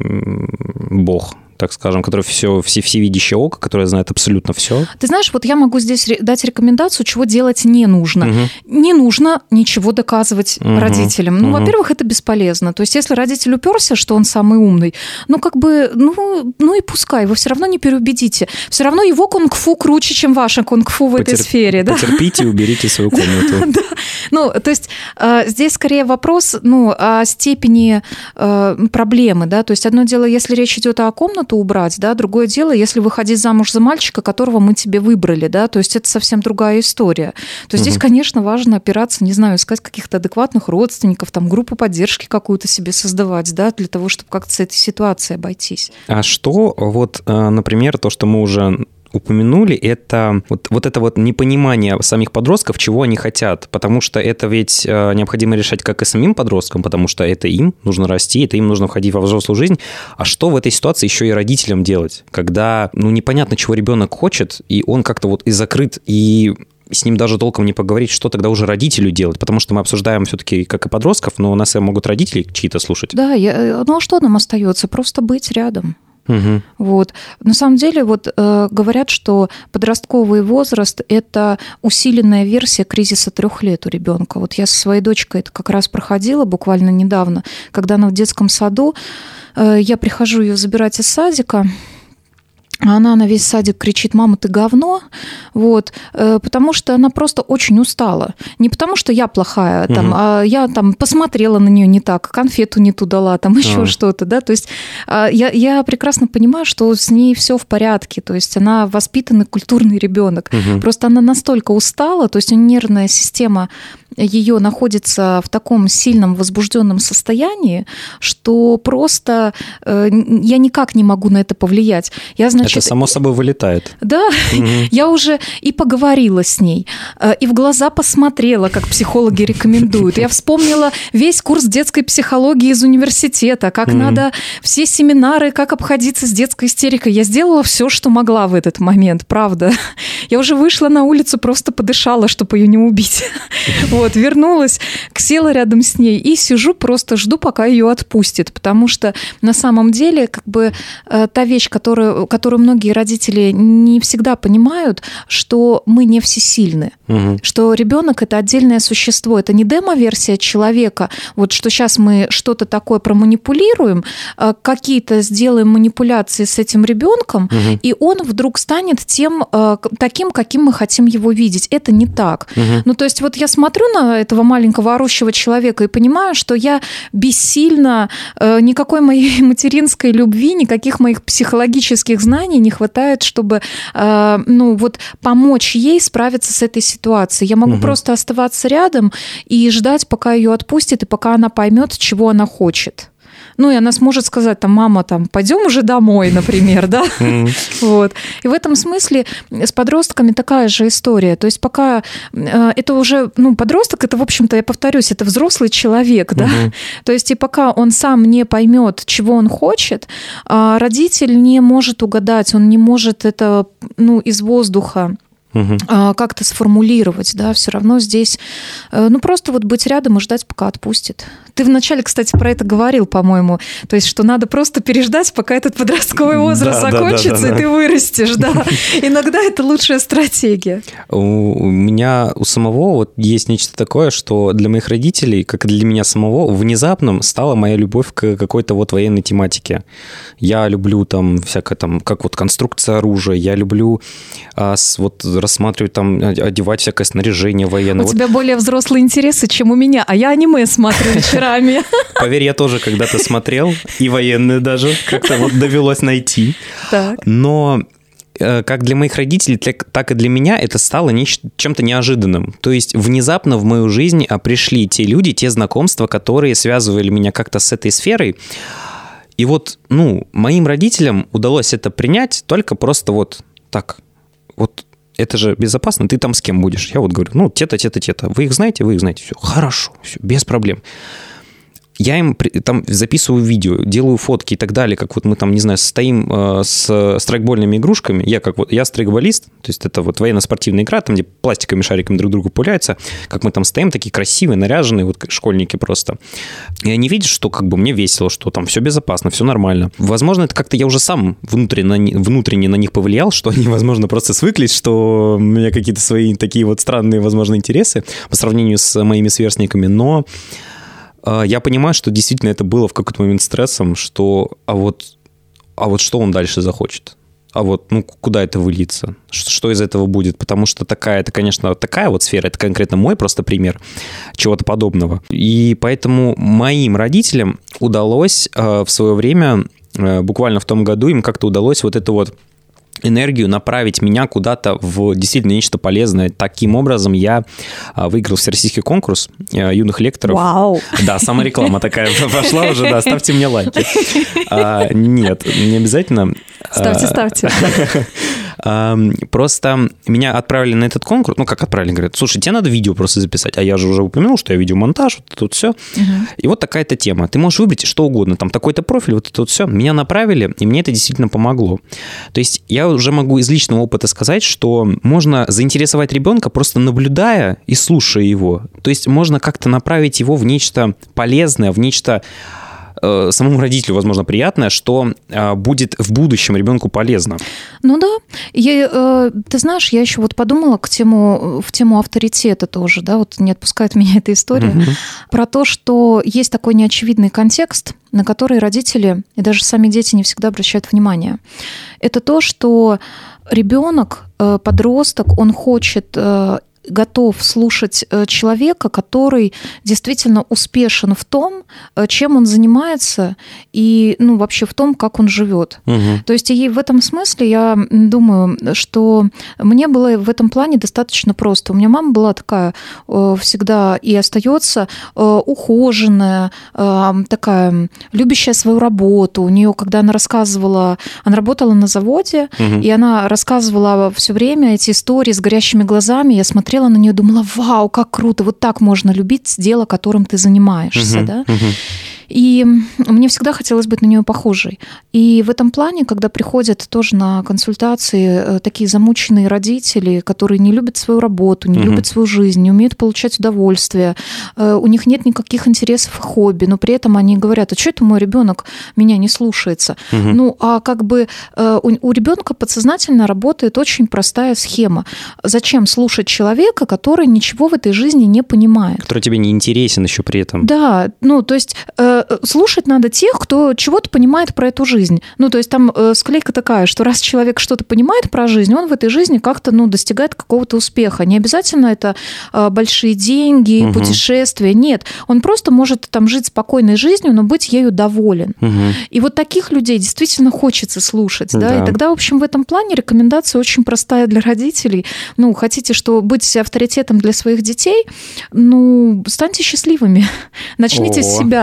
бог, так скажем, который все, все, всевидящее око, которое знает абсолютно все. Ты знаешь, вот я могу здесь дать рекомендацию, чего делать не нужно. Угу. Не нужно ничего доказывать угу. родителям. Ну, угу. во-первых, это бесполезно. То есть, если родитель уперся, что он самый умный, ну, как бы, ну, ну и пускай, вы все равно не переубедите. Все равно его кунг-фу круче, чем ваше кунг-фу в Потер... этой сфере. Да? Потерпите и уберите свою комнату. Да. Ну, то есть, здесь скорее вопрос, ну, о степени проблемы, да, то есть, одно дело, если речь идет о комнате, убрать, да, другое дело, если выходить замуж за мальчика, которого мы тебе выбрали, да, то есть это совсем другая история. То есть угу. здесь, конечно, важно опираться, не знаю, искать каких-то адекватных родственников, там, группу поддержки какую-то себе создавать, да, для того, чтобы как-то с этой ситуацией обойтись. А что, вот, например, то, что мы уже упомянули, это вот, вот это вот непонимание самих подростков, чего они хотят, потому что это ведь необходимо решать как и самим подросткам, потому что это им нужно расти, это им нужно входить во взрослую жизнь. А что в этой ситуации еще и родителям делать, когда, ну, непонятно, чего ребенок хочет, и он как-то вот и закрыт, и с ним даже толком не поговорить, что тогда уже родителю делать, потому что мы обсуждаем все-таки как и подростков, но у нас могут родители чьи-то слушать. Да, я, ну а что нам остается? Просто быть рядом. Угу. Вот. На самом деле вот, э, говорят, что подростковый возраст – это усиленная версия кризиса трех лет у ребенка. Вот я со своей дочкой это как раз проходила буквально недавно, когда она в детском саду, э, я прихожу ее забирать из садика, а она на весь садик кричит: «Мама, ты говно», вот, потому что она просто очень устала. Не потому что я плохая, там, угу. а я там посмотрела на нее не так, конфету не ту дала, там еще а. что-то, да, то есть я, я прекрасно понимаю, что с ней все в порядке, то есть она воспитанный, культурный ребенок, угу. просто она настолько устала, то есть нервная система ее находится в таком сильном возбужденном состоянии, что просто э, я никак не могу на это повлиять. Я, значит, это само собой вылетает. Да, угу. Я уже и поговорила с ней, и в глаза посмотрела, как психологи рекомендуют. Я вспомнила весь курс детской психологии из университета, как угу. надо все семинары, как обходиться с детской истерикой. Я сделала все, что могла в этот момент, правда. Я уже вышла на улицу, просто подышала, чтобы ее не убить. Вот, вернулась, села рядом с ней и сижу, просто жду, пока ее отпустит, потому что на самом деле как бы та вещь, которую, которую многие родители не всегда понимают, что мы не всесильны, угу. что ребенок – это отдельное существо, это не демо-версия человека, вот что сейчас мы что-то такое проманипулируем, какие-то сделаем манипуляции с этим ребенком, угу. и он вдруг станет тем, таким, каким мы хотим его видеть. Это не так. Угу. Ну, то есть вот я смотрю на этого маленького орущего человека и понимаю, что я бессильна, никакой моей материнской любви, никаких моих психологических знаний не хватает, чтобы ну, вот, помочь ей справиться с этой ситуацией. Я могу угу. просто оставаться рядом и ждать, пока ее отпустит, и пока она поймет, чего она хочет. Ну, и она сможет сказать, там, мама, там, пойдем уже домой, например, да? Вот. И в этом смысле с подростками такая же история. То есть пока это уже, ну, подросток, это, в общем-то, я повторюсь, это взрослый человек, да? То есть и пока он сам не поймет, чего он хочет, родитель не может угадать, он не может это, ну, из воздуха Угу. как-то сформулировать, да, все равно здесь, ну, просто вот быть рядом и ждать, пока отпустит. Ты вначале, кстати, про это говорил, по-моему, то есть, что надо просто переждать, пока этот подростковый возраст да, закончится, да, да, да, и да. ты вырастешь, да. Иногда это лучшая стратегия. У меня у самого вот есть нечто такое, что для моих родителей, как и для меня самого, внезапно стала моя любовь к какой-то вот военной тематике. Я люблю там всякое там, как вот конструкция оружия, я люблю а, с, вот рассматривать там, одевать всякое снаряжение военное. У вот. тебя более взрослые интересы, чем у меня, а я аниме смотрю вечерами. Поверь, я тоже когда-то смотрел, и военные даже как-то вот довелось найти. Так. Но как для моих родителей, так и для меня это стало чем-то неожиданным. То есть внезапно в мою жизнь пришли те люди, те знакомства, которые связывали меня как-то с этой сферой. И вот, ну, моим родителям удалось это принять только просто вот так. Вот это же безопасно, ты там с кем будешь? Я вот говорю, ну, те-то, те-то, те-то. Вы их знаете? Вы их знаете. Все, хорошо, все, без проблем. Я им там записываю видео, делаю фотки и так далее, как вот мы там, не знаю, стоим э, с страйкбольными игрушками. Я как вот, я страйкболист, то есть это вот военно-спортивная игра, там, где пластиковыми шариками друг другу пуляются, как мы там стоим, такие красивые, наряженные, вот как школьники просто. И они видят, что как бы мне весело, что там все безопасно, все нормально. Возможно, это как-то я уже сам внутренне, внутренне на них повлиял, что они, возможно, просто свыклись, что у меня какие-то свои такие вот странные, возможно, интересы по сравнению с моими сверстниками, но я понимаю, что действительно это было в какой-то момент стрессом, что а вот, а вот что он дальше захочет? А вот, ну, куда это выльется? Что, что из этого будет? Потому что такая, это, конечно, такая вот сфера, это конкретно мой просто пример чего-то подобного. И поэтому моим родителям удалось э, в свое время, э, буквально в том году, им как-то удалось вот это вот энергию направить меня куда-то в действительно нечто полезное. Таким образом, я выиграл всероссийский конкурс юных лекторов. Вау! Да, самореклама такая пошла уже, да, ставьте мне лайки. А, нет, не обязательно. Ставьте, ставьте. Просто меня отправили на этот конкурс, ну, как отправили, говорят, слушай, тебе надо видео просто записать, а я же уже упомянул, что я видеомонтаж, вот это вот все. Угу. И вот такая-то тема. Ты можешь выбрать что угодно, там такой-то профиль, вот это вот все. Меня направили, и мне это действительно помогло. То есть я уже могу из личного опыта сказать, что можно заинтересовать ребенка, просто наблюдая и слушая его. То есть можно как-то направить его в нечто полезное, в нечто самому родителю, возможно, приятное, что будет в будущем ребенку полезно. Ну да. Я, ты знаешь, я еще вот подумала к тему, в тему авторитета тоже, да, вот не отпускает меня эта история, угу. про то, что есть такой неочевидный контекст, на который родители и даже сами дети не всегда обращают внимание. Это то, что ребенок, подросток, он хочет готов слушать человека, который действительно успешен в том, чем он занимается, и ну, вообще в том, как он живет. Угу. То есть и в этом смысле я думаю, что мне было в этом плане достаточно просто. У меня мама была такая всегда и остается ухоженная, такая любящая свою работу. У нее, когда она рассказывала, она работала на заводе, угу. и она рассказывала все время эти истории с горящими глазами. Я смотрела на нее, думала, вау, как круто, вот так можно любить дело, которым ты занимаешься, uh-huh, да? Uh-huh. И мне всегда хотелось быть на нее похожей. И в этом плане, когда приходят тоже на консультации такие замученные родители, которые не любят свою работу, не uh-huh. любят свою жизнь, не умеют получать удовольствие, у них нет никаких интересов и хобби, но при этом они говорят, а что это мой ребенок меня не слушается? Uh-huh. Ну, а как бы у, у ребенка подсознательно работает очень простая схема. Зачем слушать человека, который ничего в этой жизни не понимает? Который тебе не интересен еще при этом. Да, ну, то есть слушать надо тех, кто чего-то понимает про эту жизнь. Ну, то есть там э, склейка такая, что раз человек что-то понимает про жизнь, он в этой жизни как-то, ну, достигает какого-то успеха. Не обязательно это э, большие деньги, угу. путешествия. Нет, он просто может там жить спокойной жизнью, но быть ею доволен. Угу. И вот таких людей действительно хочется слушать. Да? Да. И тогда, в общем, в этом плане рекомендация очень простая для родителей. Ну, хотите, что быть авторитетом для своих детей, ну, станьте счастливыми. Начните О. с себя, да.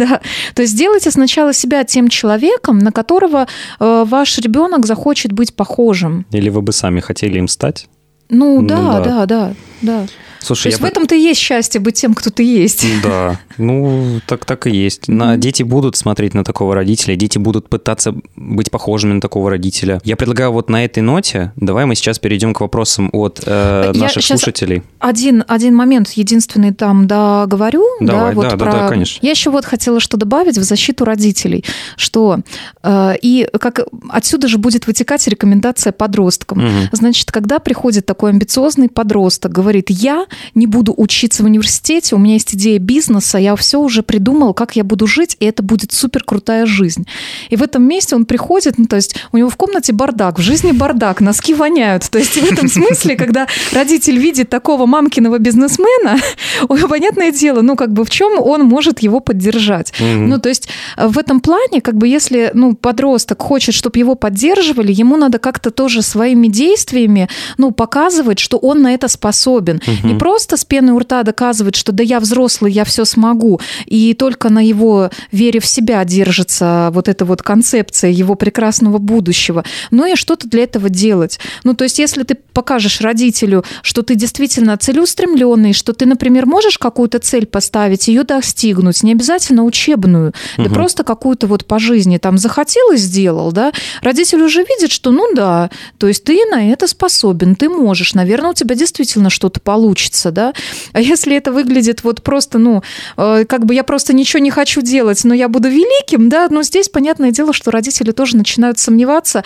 Да. То есть сделайте сначала себя тем человеком, на которого э, ваш ребенок захочет быть похожим. Или вы бы сами хотели им стать? Ну, ну да, да, да, да, да. Слушай, То есть я... в этом-то и есть счастье быть тем, кто ты есть. Да, ну так, так и есть. На... Дети будут смотреть на такого родителя, дети будут пытаться быть похожими на такого родителя. Я предлагаю вот на этой ноте, давай мы сейчас перейдем к вопросам от э, наших слушателей. Один, один момент единственный там договорю. Давай, да, вот да, про... да, да, конечно. Я еще вот хотела что добавить в защиту родителей, что э, и как отсюда же будет вытекать рекомендация подросткам. Угу. Значит, когда приходит такой амбициозный подросток, говорит, я не буду учиться в университете, у меня есть идея бизнеса, я все уже придумал, как я буду жить, и это будет супер крутая жизнь. И в этом месте он приходит, ну, то есть у него в комнате бардак, в жизни бардак, носки воняют. То есть в этом смысле, когда родитель видит такого мамкиного бизнесмена, понятное дело, ну, как бы в чем он может его поддержать. Mm-hmm. Ну, то есть в этом плане, как бы если, ну, подросток хочет, чтобы его поддерживали, ему надо как-то тоже своими действиями, ну, показывать, что он на это способен. Mm-hmm. Не просто с пеной у рта доказывать, что да я взрослый, я все смогу, и только на его вере в себя держится вот эта вот концепция его прекрасного будущего, но и что-то для этого делать. Ну, то есть если ты покажешь родителю, что ты действительно целеустремленный, что ты, например, можешь какую-то цель поставить, ее достигнуть, не обязательно учебную, угу. да просто какую-то вот по жизни, там, захотел и сделал, да, родитель уже видит, что ну да, то есть ты на это способен, ты можешь, наверное, у тебя действительно что-то получится, да, а если это выглядит вот просто, ну, как бы я просто ничего не хочу делать, но я буду великим, да, но здесь понятное дело, что родители тоже начинают сомневаться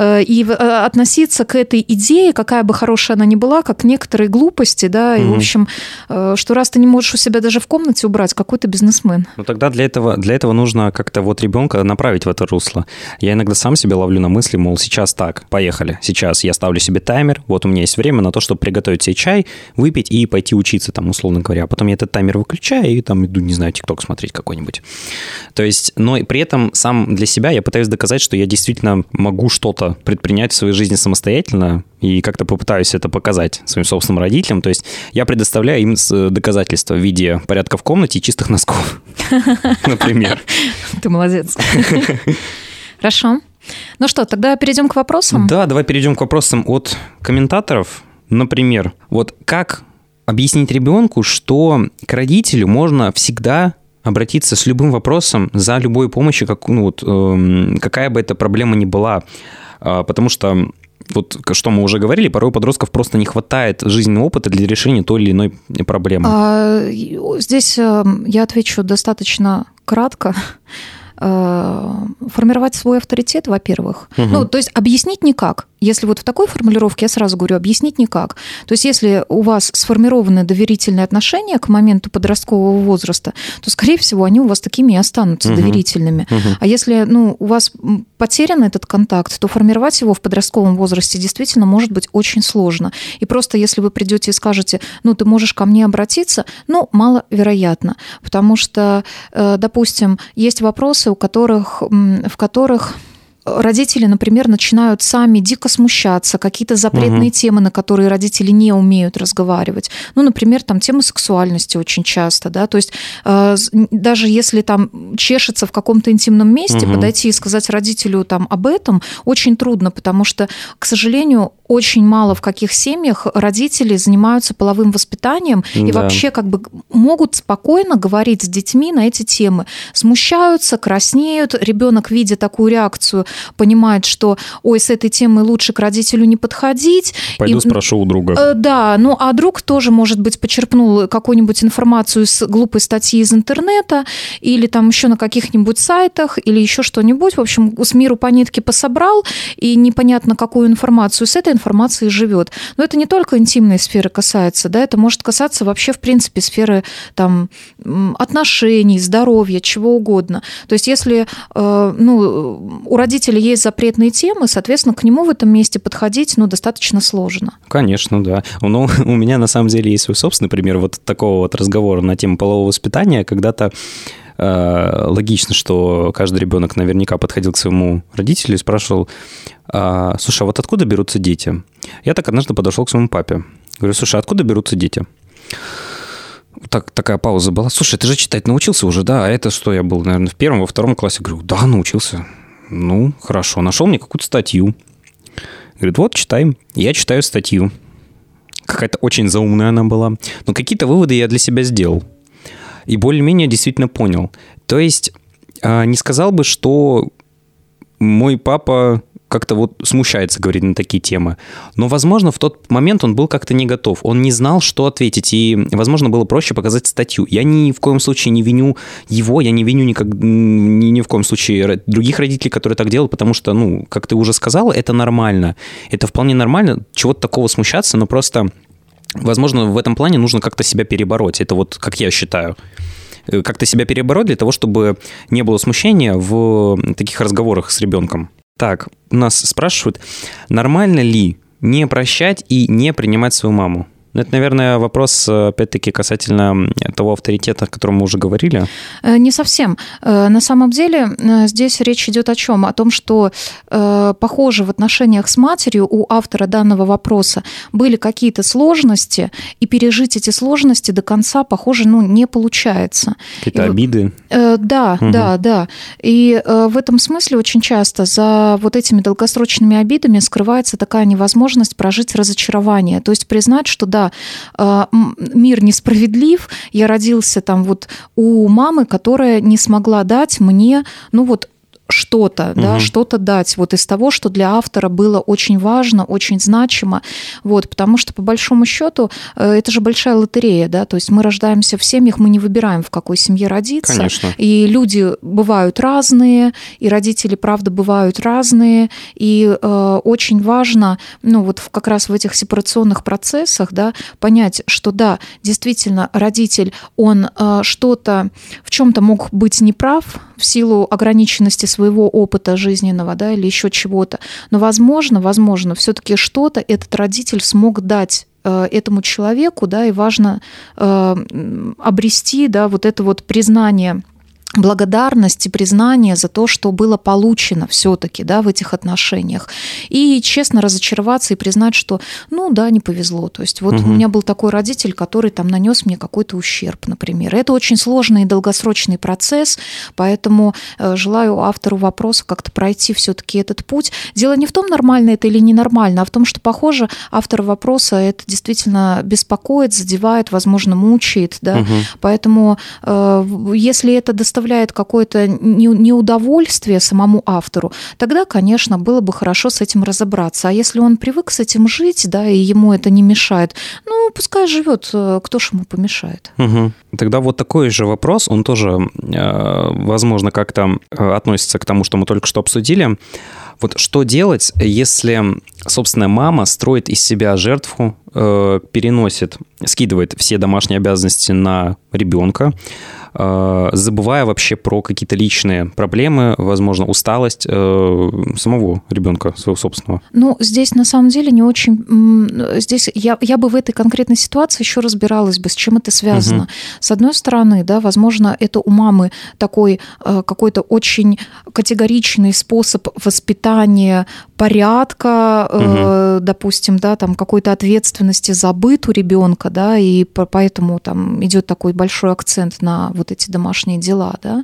и относиться к этой идее, какая бы хорошая она ни была, как к некоторой глупости, да, и, mm-hmm. в общем, что раз ты не можешь у себя даже в комнате убрать, какой ты бизнесмен. Ну, тогда для этого, для этого нужно как-то вот ребенка направить в это русло. Я иногда сам себя ловлю на мысли, мол, сейчас так, поехали, сейчас я ставлю себе таймер, вот у меня есть время на то, чтобы приготовить себе чай, выпить и пойти учиться, там, условно говоря. А потом я этот таймер выключаю и там иду, не знаю, ТикТок смотреть какой-нибудь. То есть, но при этом сам для себя я пытаюсь доказать, что я действительно могу что-то предпринять в своей жизни самостоятельно и как-то попытаюсь это показать своим собственным родителям. То есть я предоставляю им доказательства в виде порядка в комнате и чистых носков, например. Ты молодец. Хорошо. Ну что, тогда перейдем к вопросам? Да, давай перейдем к вопросам от комментаторов. Например, вот как объяснить ребенку, что к родителю можно всегда обратиться с любым вопросом за любой помощью, как, ну, вот, э, какая бы эта проблема ни была. Э, потому что, вот, что мы уже говорили, порой у подростков просто не хватает жизненного опыта для решения той или иной проблемы. А, здесь я отвечу достаточно кратко. Формировать свой авторитет, во-первых. Угу. Ну, то есть объяснить никак. Если вот в такой формулировке, я сразу говорю, объяснить никак. То есть если у вас сформированы доверительные отношения к моменту подросткового возраста, то, скорее всего, они у вас такими и останутся угу. доверительными. Угу. А если, ну, у вас потерян этот контакт, то формировать его в подростковом возрасте действительно может быть очень сложно. И просто если вы придете и скажете, ну, ты можешь ко мне обратиться, ну, маловероятно. Потому что, допустим, есть вопросы, у которых, в которых родители, например, начинают сами дико смущаться, какие-то запретные угу. темы, на которые родители не умеют разговаривать. Ну, например, там тема сексуальности очень часто, да, то есть э, даже если там чешется в каком-то интимном месте, угу. подойти и сказать родителю там об этом очень трудно, потому что, к сожалению, очень мало в каких семьях родители занимаются половым воспитанием да. и вообще как бы могут спокойно говорить с детьми на эти темы. Смущаются, краснеют, ребенок, видя такую реакцию, понимает, что, ой, с этой темой лучше к родителю не подходить. Пойду и, спрошу у друга. Да, ну а друг тоже, может быть, почерпнул какую-нибудь информацию с глупой статьи из интернета или там еще на каких-нибудь сайтах или еще что-нибудь. В общем, с миру по нитке пособрал и непонятно, какую информацию с этой информацией живет. Но это не только интимной сферы касается, да, это может касаться вообще, в принципе, сферы там, отношений, здоровья, чего угодно. То есть если ну, у родителей есть запретные темы, соответственно, к нему в этом месте подходить, ну, достаточно сложно. Конечно, да. Но у меня, на самом деле, есть свой собственный пример вот такого вот разговора на тему полового воспитания. Когда-то э, логично, что каждый ребенок наверняка подходил к своему родителю и спрашивал, э, слушай, а вот откуда берутся дети? Я так однажды подошел к своему папе. Говорю, слушай, а откуда берутся дети? Так, такая пауза была. Слушай, ты же читать научился уже, да? А это что, я был, наверное, в первом, во втором классе? Говорю, да, научился. Ну, хорошо. Нашел мне какую-то статью. Говорит, вот, читай. Я читаю статью. Какая-то очень заумная она была. Но какие-то выводы я для себя сделал. И более-менее действительно понял. То есть не сказал бы, что мой папа как-то вот смущается говорить на такие темы. Но, возможно, в тот момент он был как-то не готов. Он не знал, что ответить. И, возможно, было проще показать статью. Я ни в коем случае не виню его, я не виню никак, ни, ни в коем случае других родителей, которые так делают, потому что, ну, как ты уже сказала, это нормально. Это вполне нормально. Чего-то такого смущаться, но просто, возможно, в этом плане нужно как-то себя перебороть. Это вот как я считаю. Как-то себя перебороть для того, чтобы не было смущения в таких разговорах с ребенком. Так, нас спрашивают, нормально ли не прощать и не принимать свою маму? Это, наверное, вопрос, опять-таки, касательно того авторитета, о котором мы уже говорили. Не совсем. На самом деле здесь речь идет о чем? О том, что, похоже, в отношениях с матерью у автора данного вопроса были какие-то сложности, и пережить эти сложности до конца, похоже, ну, не получается. Какие-то и, обиды. Да, угу. да, да. И в этом смысле очень часто за вот этими долгосрочными обидами скрывается такая невозможность прожить разочарование. То есть признать, что да, мир несправедлив, я родился там вот у мамы, которая не смогла дать мне, ну вот, что-то, угу. да, что-то дать вот из того, что для автора было очень важно, очень значимо, вот, потому что по большому счету это же большая лотерея, да, то есть мы рождаемся в семьях, мы не выбираем, в какой семье родиться, конечно. И люди бывают разные, и родители, правда, бывают разные, и э, очень важно, ну вот как раз в этих сепарационных процессах, да, понять, что да, действительно, родитель, он э, что-то, в чем-то мог быть неправ в силу ограниченности своего опыта жизненного, да, или еще чего-то. Но, возможно, возможно, все-таки что-то этот родитель смог дать э, этому человеку, да, и важно э, обрести, да, вот это вот признание, благодарность и признание за то, что было получено все-таки, да, в этих отношениях. И честно разочароваться и признать, что, ну да, не повезло. То есть вот угу. у меня был такой родитель, который там нанес мне какой-то ущерб, например. Это очень сложный и долгосрочный процесс, поэтому желаю автору вопроса как-то пройти все-таки этот путь. Дело не в том, нормально это или ненормально, а в том, что, похоже, автор вопроса это действительно беспокоит, задевает, возможно, мучает, да. Угу. Поэтому если это доставляет какое-то неудовольствие самому автору, тогда, конечно, было бы хорошо с этим разобраться. А если он привык с этим жить, да, и ему это не мешает, ну, пускай живет, кто ж ему помешает. Угу. Тогда вот такой же вопрос, он тоже, возможно, как-то относится к тому, что мы только что обсудили. Вот что делать, если, собственно, мама строит из себя жертву, переносит, скидывает все домашние обязанности на ребенка, забывая вообще про какие-то личные проблемы, возможно, усталость самого ребенка, своего собственного? Ну, здесь на самом деле не очень... Здесь я, я бы в этой конкретной ситуации еще разбиралась бы, с чем это связано. Угу. С одной стороны, да, возможно, это у мамы такой какой-то очень категоричный способ воспитания порядка, угу. допустим, да, там какой-то ответственности за быт у ребенка, да, и поэтому там идет такой большой акцент на вот эти домашние дела, да.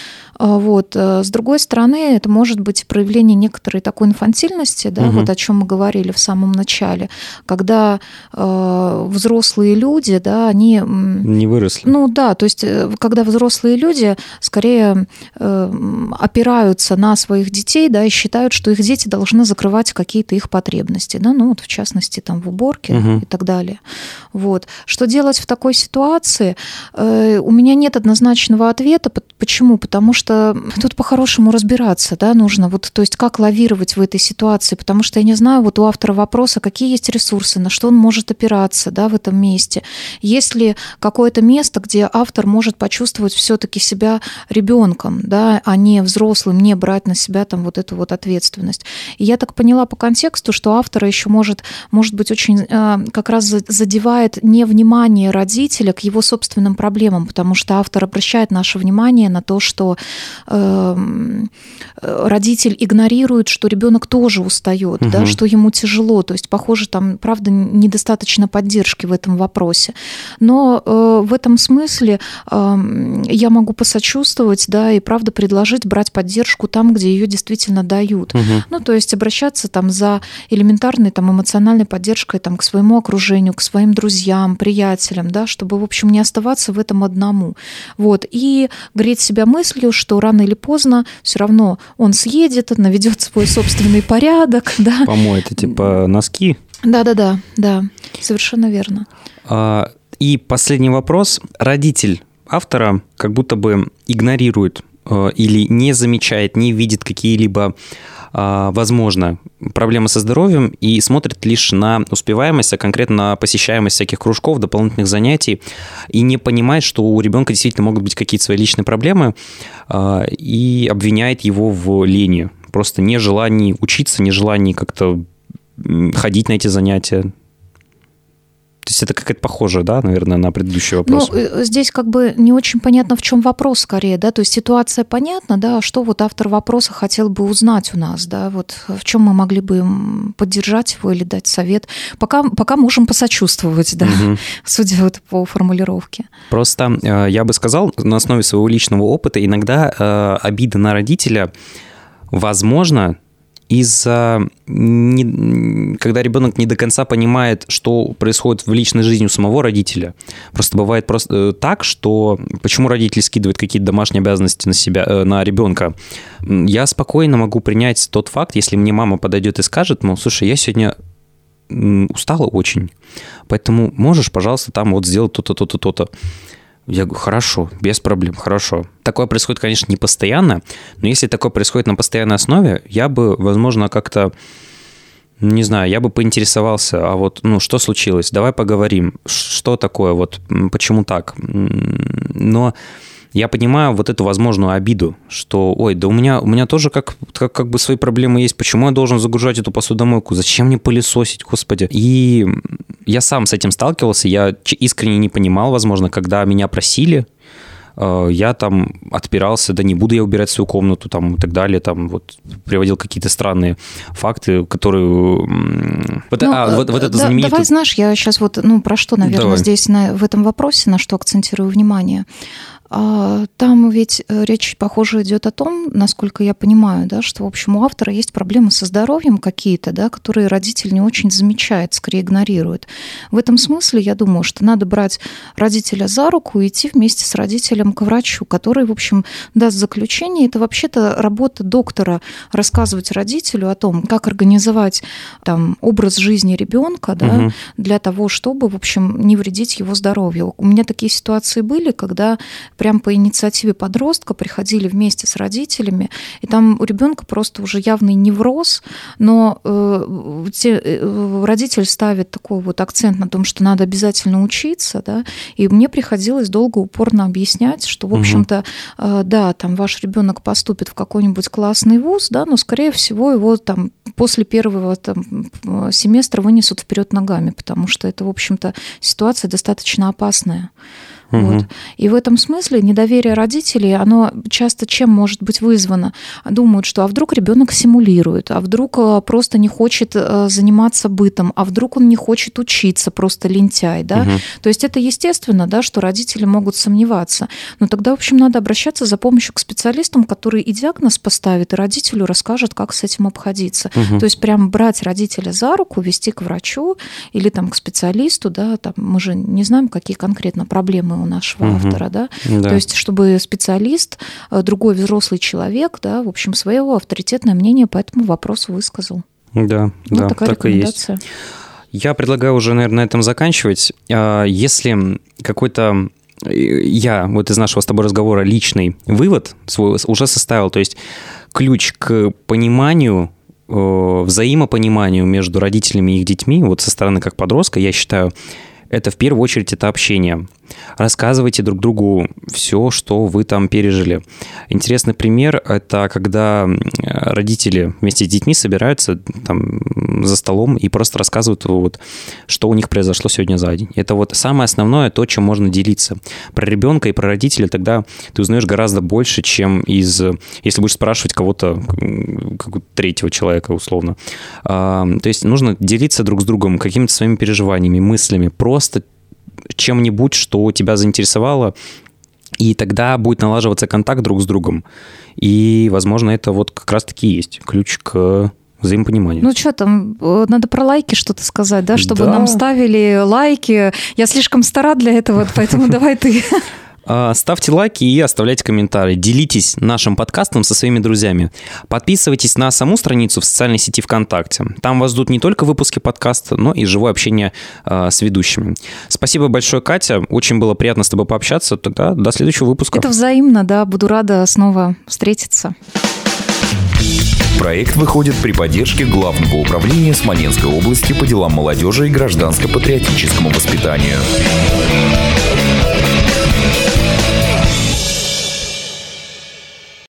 Вот. С другой стороны, это может быть проявление некоторой такой инфантильности, да, угу. вот о чем мы говорили в самом начале, когда э, взрослые люди, да, они... Не выросли. Ну да, то есть когда взрослые люди скорее э, опираются на своих детей, да, и считают, что их дети должны закрывать какие-то их потребности, да, ну вот в частности там в уборке угу. и так далее. Вот. Что делать в такой ситуации? Э, у меня нет однозначного ответа. Почему? Потому что тут по-хорошему разбираться, да, нужно, вот, то есть как лавировать в этой ситуации, потому что я не знаю, вот у автора вопроса, какие есть ресурсы, на что он может опираться, да, в этом месте. Есть ли какое-то место, где автор может почувствовать все-таки себя ребенком, да, а не взрослым, не брать на себя там вот эту вот ответственность. И я так поняла по контексту, что автора еще может, может быть очень как раз задевает невнимание родителя к его собственным проблемам, потому что автор обращает наше внимание на то, что э, родитель игнорирует, что ребенок тоже устает, угу. да, что ему тяжело. То есть, похоже, там, правда, недостаточно поддержки в этом вопросе. Но э, в этом смысле э, я могу посочувствовать, да, и, правда, предложить брать поддержку там, где ее действительно дают. Угу. Ну, то есть обращаться там за элементарной там, эмоциональной поддержкой там, к своему окружению, к своим друзьям, приятелям, да, чтобы, в общем, не оставаться в этом одному. Вот. И греть себя мыслью, что рано или поздно все равно он съедет, наведет свой собственный порядок. Да. Помоет, типа носки. Да-да-да, да, совершенно верно. И последний вопрос. Родитель автора как будто бы игнорирует или не замечает, не видит какие-либо, возможно, проблемы со здоровьем и смотрит лишь на успеваемость, а конкретно на посещаемость всяких кружков, дополнительных занятий, и не понимает, что у ребенка действительно могут быть какие-то свои личные проблемы, и обвиняет его в лени, просто нежелании учиться, нежелании как-то ходить на эти занятия. То есть это какая-то похожая, да, наверное, на предыдущий вопрос? Ну, здесь как бы не очень понятно, в чем вопрос скорее, да, то есть ситуация понятна, да, что вот автор вопроса хотел бы узнать у нас, да, вот в чем мы могли бы поддержать его или дать совет. Пока, пока можем посочувствовать, да, угу. судя вот по формулировке. Просто я бы сказал, на основе своего личного опыта, иногда обида на родителя, возможно, из-за, не, когда ребенок не до конца понимает, что происходит в личной жизни у самого родителя. Просто бывает просто так, что почему родители скидывают какие-то домашние обязанности на себя, на ребенка. Я спокойно могу принять тот факт, если мне мама подойдет и скажет, мол, слушай, я сегодня устала очень, поэтому можешь, пожалуйста, там вот сделать то-то, то-то, то-то. Я говорю, хорошо, без проблем, хорошо. Такое происходит, конечно, не постоянно, но если такое происходит на постоянной основе, я бы, возможно, как-то, не знаю, я бы поинтересовался, а вот, ну, что случилось, давай поговорим, что такое, вот, почему так. Но я понимаю вот эту возможную обиду, что, ой, да у меня, у меня тоже как, как, как бы свои проблемы есть, почему я должен загружать эту посудомойку, зачем мне пылесосить, господи. И я сам с этим сталкивался, я искренне не понимал, возможно, когда меня просили, я там отпирался, да не буду я убирать свою комнату, там, и так далее, там, вот, приводил какие-то странные факты, которые... Вот, ну, а, вот, вот это да, знаменитое... Давай, знаешь, я сейчас вот, ну, про что, наверное, давай. Здесь на, в этом вопросе, на что акцентирую внимание. Там ведь речь, похоже, идет о том, насколько я понимаю, да, что, в общем, у автора есть проблемы со здоровьем какие-то, да, которые родитель не очень замечает, скорее игнорирует. В этом смысле я думаю, что надо брать родителя за руку и идти вместе с родителем к врачу, который, в общем, даст заключение. Это вообще-то работа доктора рассказывать родителю о том, как организовать там, образ жизни ребенка, да, угу. для того, чтобы, в общем, не вредить его здоровью. У меня такие ситуации были, когда прям по инициативе подростка приходили вместе с родителями, и там у ребенка просто уже явный невроз, но э, те, э, родитель ставит такой вот акцент на том, что надо обязательно учиться, да, и мне приходилось долго упорно объяснять, что, в общем-то, э, да, там ваш ребенок поступит в какой-нибудь классный вуз, да, но, скорее всего, его там после первого там, семестра вынесут вперед ногами, потому что это, в общем-то, ситуация достаточно опасная. Угу. Вот. И в этом смысле недоверие родителей, оно часто чем может быть вызвано? Думают, что а вдруг ребенок симулирует, а вдруг просто не хочет заниматься бытом, а вдруг он не хочет учиться, просто лентяй. Да? Угу. То есть это естественно, да, что родители могут сомневаться. Но тогда, в общем, надо обращаться за помощью к специалистам, которые и диагноз поставят, и родителю расскажут, как с этим обходиться. Угу. То есть прям брать родителя за руку, вести к врачу или там, к специалисту. Да, там, мы же не знаем, какие конкретно проблемы у нашего угу. автора, да? Да. То есть, чтобы специалист, другой взрослый человек, да, в общем, свое авторитетное мнение по этому вопросу высказал. Да, вот да, такая так и есть. Я предлагаю уже, наверное, на этом заканчивать. Если какой-то я вот из нашего с тобой разговора личный вывод свой уже составил, то есть ключ к пониманию, взаимопониманию между родителями и их детьми, вот со стороны как подростка, я считаю, это в первую очередь это общение. Рассказывайте друг другу все, что вы там пережили. Интересный пример – это когда родители вместе с детьми собираются там за столом и просто рассказывают, вот, что у них произошло сегодня за день. Это вот самое основное, то, чем можно делиться. Про ребенка и про родителей тогда ты узнаешь гораздо больше, чем из... Если будешь спрашивать кого-то, какого-то третьего человека, условно. То есть нужно делиться друг с другом какими-то своими переживаниями, мыслями, просто чем-нибудь, что тебя заинтересовало, и тогда будет налаживаться контакт друг с другом. И, возможно, это вот как раз-таки есть ключ к взаимопониманию. Ну что там, надо про лайки что-то сказать, да, чтобы да. нам ставили лайки. Я слишком стара для этого, поэтому давай ты... Ставьте лайки и оставляйте комментарии. Делитесь нашим подкастом со своими друзьями. Подписывайтесь на саму страницу в социальной сети ВКонтакте. Там вас ждут не только выпуски подкаста, но и живое общение э, с ведущими. Спасибо большое, Катя. Очень было приятно с тобой пообщаться. Тогда до следующего выпуска. Это взаимно, да. Буду рада снова встретиться. Проект выходит при поддержке Главного управления Смоленской области по делам молодежи и гражданско-патриотическому воспитанию.